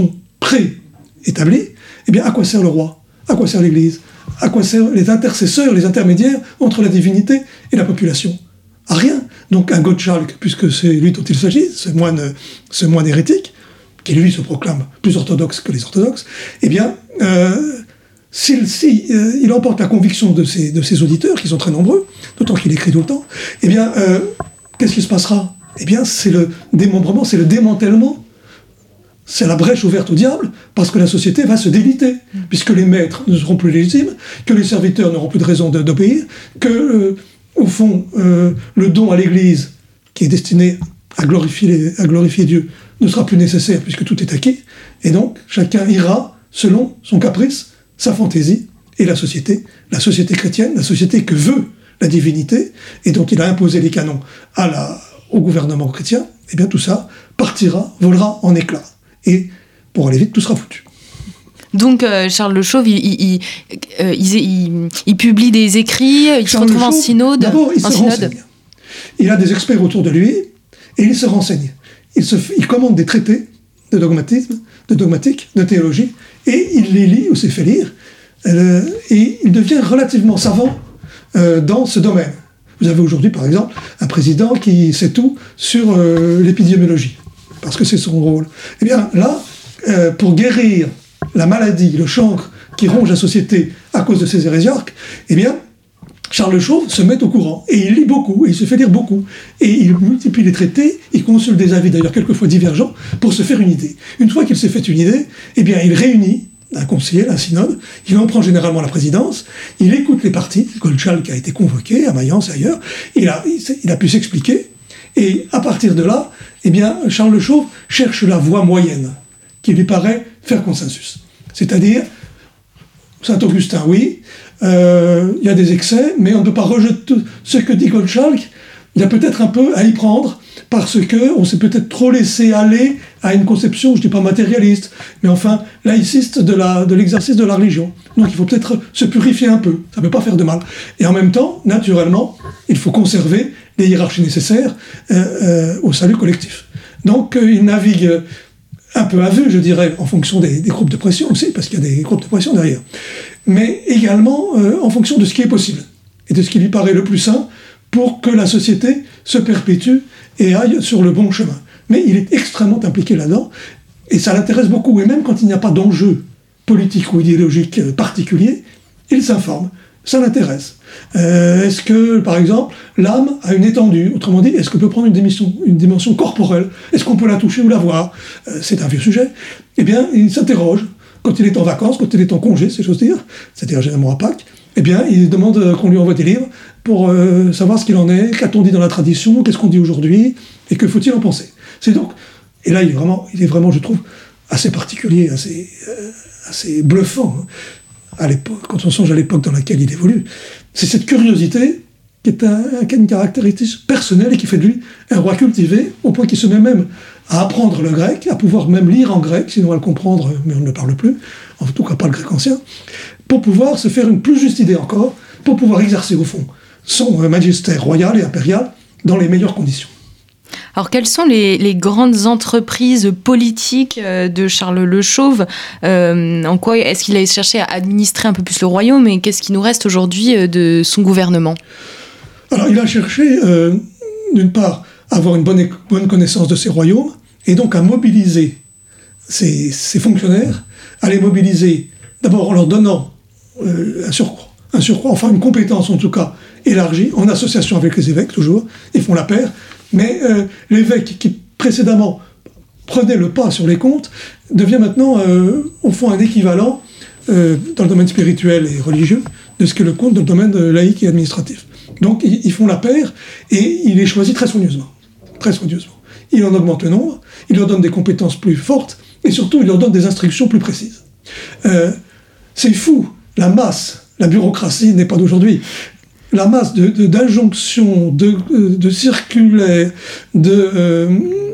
préétablis, à quoi sert le roi ? À quoi sert l'Église ? À quoi servent les intercesseurs, les intermédiaires entre la divinité et la population ? À rien. Donc un Gottschalk, puisque c'est lui dont il s'agit, ce moine hérétique, qui lui se proclame plus orthodoxe que les orthodoxes, il emporte la conviction de ses auditeurs, qui sont très nombreux, d'autant qu'il écrit tout le temps, qu'est-ce qui se passera ? C'est le démembrement, c'est le démantèlement, c'est la brèche ouverte au diable, parce que la société va se déliter, puisque les maîtres ne seront plus légitimes, que les serviteurs n'auront plus de raison d'obéir, que, au fond, le don à l'Église, qui est destiné à glorifier Dieu, ne sera plus nécessaire, puisque tout est acquis, et donc chacun ira selon son caprice, sa fantaisie, et la société chrétienne, la société que veut la divinité, et dont il a imposé les canons au gouvernement chrétien, tout ça partira, volera en éclats. Et pour aller vite, tout sera foutu. Donc Charles Le Chauve, il publie des écrits, il se retrouve en synode. D'abord, il se renseigne. Il a des experts autour de lui, et il se renseigne. Il commande des traités de dogmatique, de théologie, et il les lit ou s'est fait lire et il devient relativement savant dans ce domaine. Vous avez aujourd'hui, par exemple, un président qui sait tout sur l'épidémiologie, parce que c'est son rôle. Eh bien, là, pour guérir la maladie, le chancre qui ronge la société à cause de ces hérésiarques, eh bien, Charles Le Chauve se met au courant, et il lit beaucoup, et il se fait lire beaucoup, et il multiplie les traités, il consulte des avis d'ailleurs quelquefois divergents, pour se faire une idée. Une fois qu'il s'est fait une idée, eh bien, il réunit un conseil, un synode, il en prend généralement la présidence, il écoute les partis, Gottschalk a été convoqué à Mayence et ailleurs, il a pu s'expliquer, et à partir de là, eh bien, Charles Le Chauve cherche la voie moyenne, qui lui paraît faire consensus. C'est-à-dire, Saint-Augustin, oui, il y a des excès, mais on ne peut pas rejeter ce que dit Gottschalk, il y a peut-être un peu à y prendre, parce qu'on s'est peut-être trop laissé aller à une conception, je ne dis pas matérialiste, mais enfin laïciste de l'exercice de la religion. Donc il faut peut-être se purifier un peu, ça ne peut pas faire de mal. Et en même temps, naturellement, il faut conserver les hiérarchies nécessaires au salut collectif. Donc il navigue un peu à vue, je dirais, en fonction des groupes de pression aussi, parce qu'il y a des groupes de pression derrière, mais également en fonction de ce qui est possible, et de ce qui lui paraît le plus sain pour que la société se perpétue et aille sur le bon chemin. Mais il est extrêmement impliqué là-dedans, et ça l'intéresse beaucoup, et même quand il n'y a pas d'enjeu politique ou idéologique particulier, il s'informe, ça l'intéresse. Est-ce que, par exemple, l'âme a une étendue? Autrement dit, est-ce qu'on peut prendre une dimension corporelle? Est-ce qu'on peut la toucher ou la voir? C'est un vieux sujet. Eh bien, il s'interroge. Quand il est en vacances, quand il est en congé, c'est chose dire, c'est-à-dire généralement à Pâques, eh bien, il demande qu'on lui envoie des livres pour savoir ce qu'il en est, qu'a-t-on dit dans la tradition, qu'est-ce qu'on dit aujourd'hui, et que faut-il en penser. C'est donc, et là, il est vraiment, je trouve, assez particulier, assez bluffant, à l'époque, quand on songe à l'époque dans laquelle il évolue. C'est cette curiosité qui est une caractéristique personnelle et qui fait de lui un roi cultivé, au point qu'il se met même à apprendre le grec, à pouvoir même lire en grec, sinon à le comprendre, mais on ne le parle plus, en tout cas pas le grec ancien, pour pouvoir se faire une plus juste idée encore, pour pouvoir exercer au fond son magistère royal et impérial dans les meilleures conditions. Alors, quelles sont les grandes entreprises politiques de Charles Le Chauve? En quoi est-ce qu'il a cherché à administrer un peu plus le royaume, et qu'est-ce qui nous reste aujourd'hui de son gouvernement? Alors, il a cherché, d'une part, à avoir une bonne connaissance de ses royaumes, et donc à mobiliser ses fonctionnaires, à les mobiliser d'abord en leur donnant un surcroît, enfin une compétence en tout cas élargie, en association avec les évêques toujours, ils font la paire, mais l'évêque qui précédemment prenait le pas sur les comptes devient maintenant au fond un équivalent dans le domaine spirituel et religieux de ce que le comte dans le domaine laïque et administratif. Donc ils font la paire, et il les choisit très soigneusement. Très soigneusement. Il en augmente le nombre, il leur donne des compétences plus fortes, et surtout il leur donne des instructions plus précises. C'est fou, la masse, la bureaucratie n'est pas d'aujourd'hui. La masse d'injonctions, de circulaires, de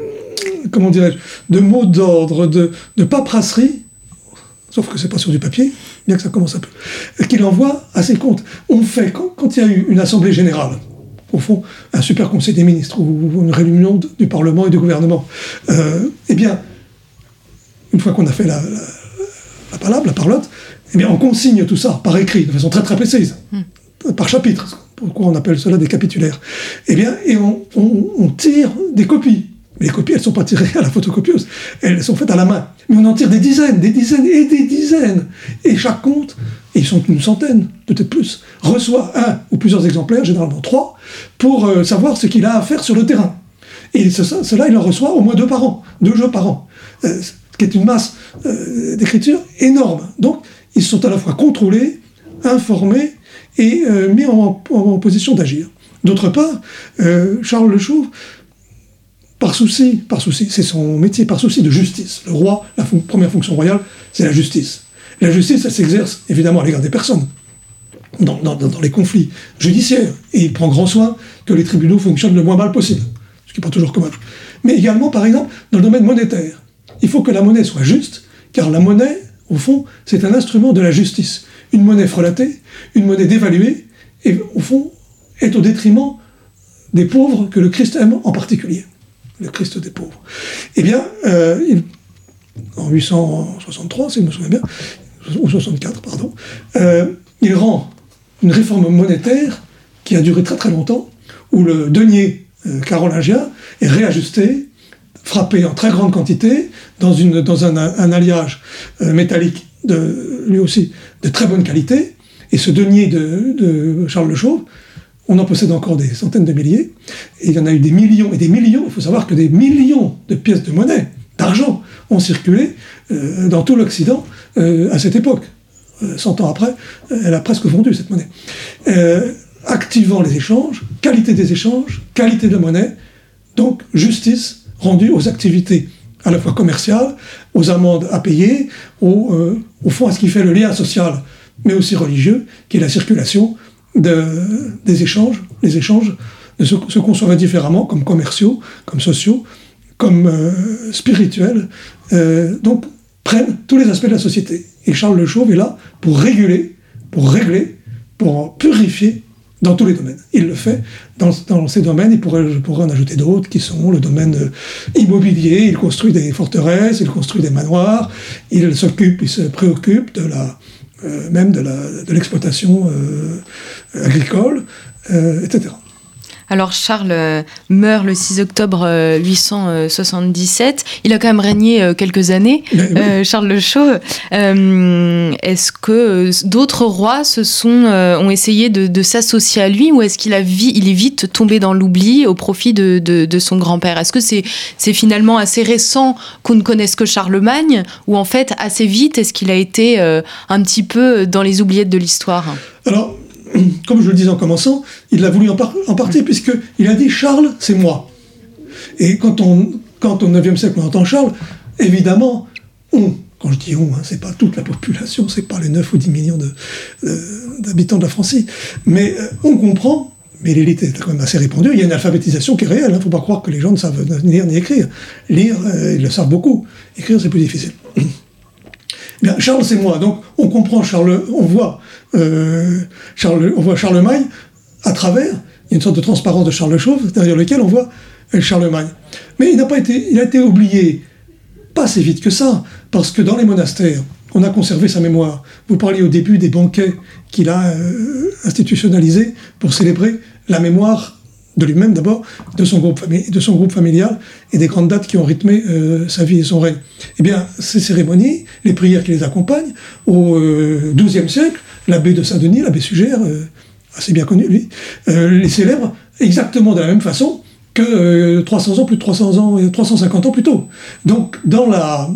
mots d'ordre, de paperasserie, sauf que c'est pas sur du papier, bien que ça commence un peu, qu'il envoie à ses comptes. On fait, quand il y a eu une assemblée générale, au fond, un super conseil des ministres, ou une réunion du Parlement et du gouvernement, eh bien, une fois qu'on a fait la parlotte, eh bien, on consigne tout ça par écrit, de façon très très précise, par chapitre. Pourquoi on appelle cela des capitulaires? Eh bien, et on tire des copies. Mais les copies, elles ne sont pas tirées à la photocopieuse, elles sont faites à la main. Mais on en tire des dizaines et des dizaines. Et chaque compte, et ils sont une centaine, peut-être plus, reçoit un ou plusieurs exemplaires, généralement 3, pour savoir ce qu'il a à faire sur le terrain. Et cela, il en reçoit au moins 2 par an, 2 jeux par an, ce qui est une masse d'écriture énorme. Donc, ils sont à la fois contrôlés, informés et mis en position d'agir. D'autre part, Charles Le Chauve, par souci, c'est son métier, par souci de justice. Le roi, la première fonction royale, c'est la justice. La justice, elle s'exerce évidemment à l'égard des personnes, dans les conflits judiciaires, et il prend grand soin que les tribunaux fonctionnent le moins mal possible, ce qui n'est pas toujours commode. Mais également, par exemple, dans le domaine monétaire. Il faut que la monnaie soit juste, car la monnaie, au fond, c'est un instrument de la justice. Une monnaie frelatée, une monnaie dévaluée, et au fond, est au détriment des pauvres que le Christ aime en particulier. Le Christ des pauvres. Eh bien, en 863, si je me souviens bien, ou 64, pardon, il rend une réforme monétaire qui a duré très très longtemps, où le denier carolingien est réajusté, frappé en très grande quantité, dans un alliage métallique, lui aussi, de très bonne qualité, et ce denier de Charles le Chauve, on en possède encore des centaines de milliers, et il y en a eu des millions et des millions. Il faut savoir que des millions de pièces de monnaie, d'argent, ont circulé dans tout l'Occident à cette époque. 100 ans après, elle a presque fondu, cette monnaie. Activant les échanges, qualité des échanges, qualité de la monnaie, donc justice rendue aux activités à la fois commerciales, aux amendes à payer, au fond à ce qui fait le lien social, mais aussi religieux, qui est la circulation des échanges, les échanges de ce qu'on saurait différemment, comme commerciaux, comme sociaux, comme spirituels, donc prennent tous les aspects de la société. Et Charles le Chauve est là pour réguler, pour régler, pour purifier dans tous les domaines. Il le fait dans ces domaines, je pourrais en ajouter d'autres, qui sont le domaine immobilier. Il construit des forteresses, il construit des manoirs, il se préoccupe de l'exploitation agricole, etc. Alors Charles meurt le 6 octobre 877. Il a quand même régné quelques années, oui. Charles le Chauve. Est-ce que d'autres rois ont essayé de s'associer à lui, ou est-ce il est vite tombé dans l'oubli au profit de son grand-père? Est-ce que c'est finalement assez récent qu'on ne connaisse que Charlemagne, ou en fait assez vite est-ce qu'il a été un petit peu dans les oubliettes de l'histoire? Alors, comme je le disais en commençant, il l'a voulu en partie, puisqu'il a dit « Charles, c'est moi ». Et quand au IXe siècle on entend Charles, évidemment, quand je dis c'est pas toute la population, c'est pas les 9 ou 10 millions d'habitants de la Francie, mais on comprend, mais l'élite est quand même assez répandue, il y a une alphabétisation qui est réelle, il ne faut pas croire que les gens ne savent ni lire ni écrire. Lire, ils le savent beaucoup, écrire c'est plus difficile. Bien, Charles, c'est moi, donc on comprend on voit Charlemagne à travers, il y a une sorte de transparence de Charles le Chauve, derrière lequel on voit Charlemagne. Mais il a été oublié, pas si vite que ça, parce que dans les monastères, on a conservé sa mémoire. Vous parliez au début des banquets qu'il a institutionnalisés pour célébrer la mémoire de lui-même d'abord, de son groupe familial et des grandes dates qui ont rythmé sa vie et son règne. Eh bien, ces cérémonies, les prières qui les accompagnent, au XIIe siècle, l'abbé de Saint-Denis, l'abbé Sugère, assez bien connu lui, les célèbre exactement de la même façon que 350 ans plus tôt. Donc, dans la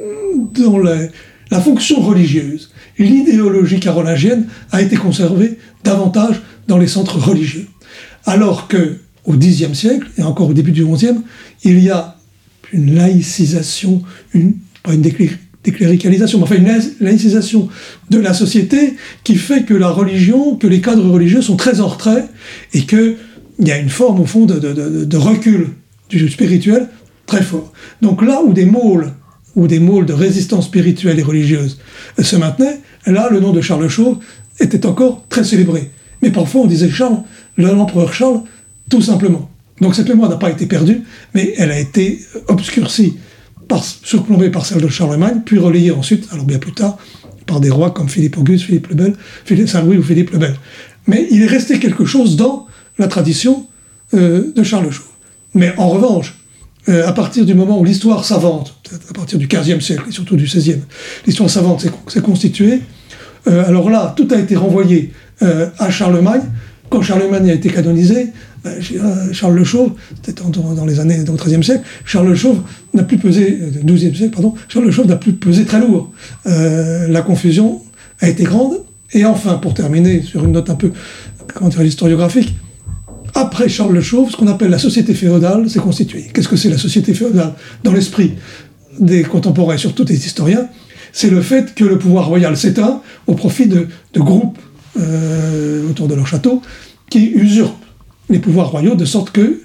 fonction religieuse, l'idéologie carolingienne a été conservée davantage dans les centres religieux. Alors qu'au Xe siècle, et encore au début du XIe, il y a une laïcisation, pas une décléricalisation, mais enfin une laïcisation de la société qui fait que la religion, que les cadres religieux sont très en retrait, et qu'il y a une forme, au fond, de recul du spirituel très fort. Donc là où des môles de résistance spirituelle et religieuse se maintenaient, là, le nom de Charles le Chauve était encore très célébré. Mais parfois, on disait Charles, l'empereur Charles, tout simplement. Donc cette mémoire n'a pas été perdue, mais elle a été obscurcie, surplombée par celle de Charlemagne, puis relayée ensuite, alors bien plus tard, par des rois comme Philippe Auguste, Philippe le Bel, Philippe Saint-Louis ou Philippe le Bel. Mais il est resté quelque chose dans la tradition de Charles le Chauve. Mais en revanche, à partir du moment où l'histoire savante, à partir du XVe siècle et surtout du XVIe, l'histoire savante s'est constituée, alors là, tout a été renvoyé à Charlemagne. Quand Charlemagne a été canonisé, Charles le Chauve, c'était dans les années au XIIIe siècle, Charles le Chauve n'a plus pesé, XIIe siècle, pardon, Charles le Chauve n'a plus pesé très lourd. La confusion a été grande. Et enfin, pour terminer sur une note un peu, historiographique, après Charles le Chauve, ce qu'on appelle la société féodale s'est constituée. Qu'est-ce que c'est la société féodale? Dans l'esprit des contemporains et surtout des historiens, c'est le fait que le pouvoir royal s'éteint au profit de groupes autour de leur château qui usurpent les pouvoirs royaux, de sorte que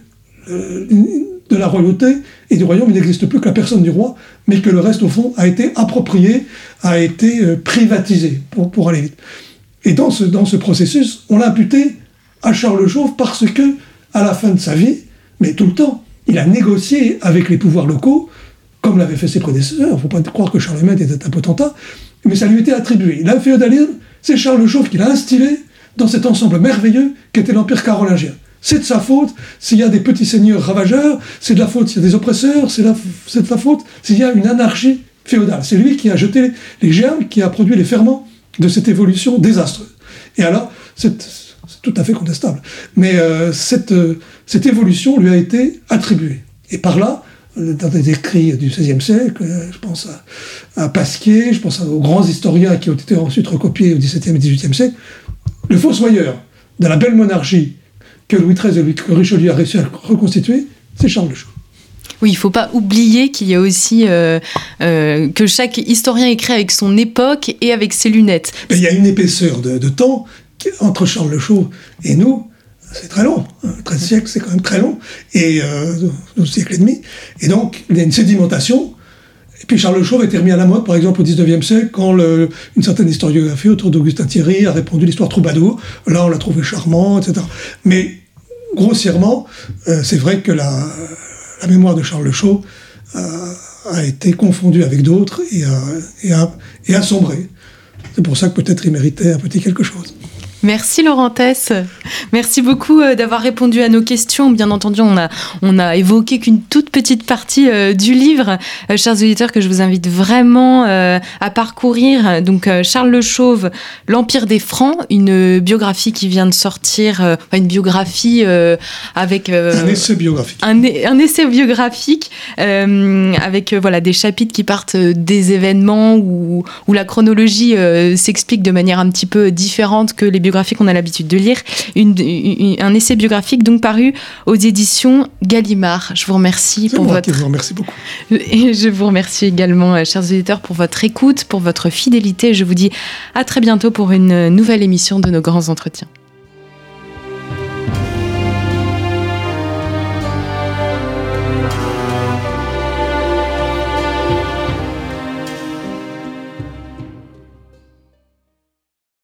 de la royauté et du royaume, il n'existe plus que la personne du roi, mais que le reste, au fond, a été approprié, a été privatisé, pour aller vite. Et dans ce processus, on l'a imputé à Charles le Chauve parce que, à la fin de sa vie, mais tout le temps, il a négocié avec les pouvoirs locaux, comme l'avaient fait ses prédécesseurs. Il ne faut pas croire que Charlemagne était un potentat. mais ça lui était attribué. L'inféodalisme, c'est Charles Chauve qui l'a instillé dans cet ensemble merveilleux qu'était l'Empire carolingien. C'est de sa faute s'il y a des petits seigneurs ravageurs, c'est de la faute s'il y a des oppresseurs, c'est de sa faute s'il y a une anarchie féodale. C'est lui qui a jeté les germes, qui a produit les ferments de cette évolution désastreuse. Et alors, c'est tout à fait contestable. Mais cette évolution lui a été attribuée. Et par là, dans des écrits du XVIe siècle, je pense à Pasquier, je pense aux grands historiens qui ont été ensuite recopiés au XVIIe et XVIIIe siècle, le fossoyeur de la belle monarchie que Louis XIII et que Richelieu a réussi à reconstituer, c'est Charles de Chauve. Oui, il ne faut pas oublier qu'il y a aussi que chaque historien écrit avec son époque et avec ses lunettes. Mais il y a une épaisseur de temps entre Charles de Chauve et nous. C'est très long, 13 siècles, c'est quand même très long, et 12 siècles et demi. Et donc, il y a une sédimentation. Et puis Charles Chauve a été remis à la mode, par exemple, au 19e siècle, quand une certaine historiographie autour d'Augustin Thierry a répandu l'histoire troubadour. Là, on l'a trouvé charmant, etc. Mais, grossièrement, c'est vrai que la mémoire de Charles Chauve a été confondue avec d'autres et a sombré. C'est pour ça que peut-être il méritait un petit quelque chose. Merci Laurent Thès. Merci beaucoup d'avoir répondu à nos questions. Bien entendu, on a évoqué qu'une toute petite partie du livre. Chers auditeurs, que je vous invite vraiment à parcourir. Donc Charles Le Chauve, L'Empire des Francs, une biographie qui vient de sortir, une biographie avec un essai biographique. Un essai biographique avec des chapitres qui partent des événements où la chronologie s'explique de manière un petit peu différente que les biographies qu'on a l'habitude de lire, un essai biographique donc paru aux éditions Gallimard. Je vous remercie C'est pour moi votre... qui vous remercie beaucoup. Et je vous remercie également, chers auditeurs, pour votre écoute, pour votre fidélité. Je vous dis à très bientôt pour une nouvelle émission de nos grands entretiens.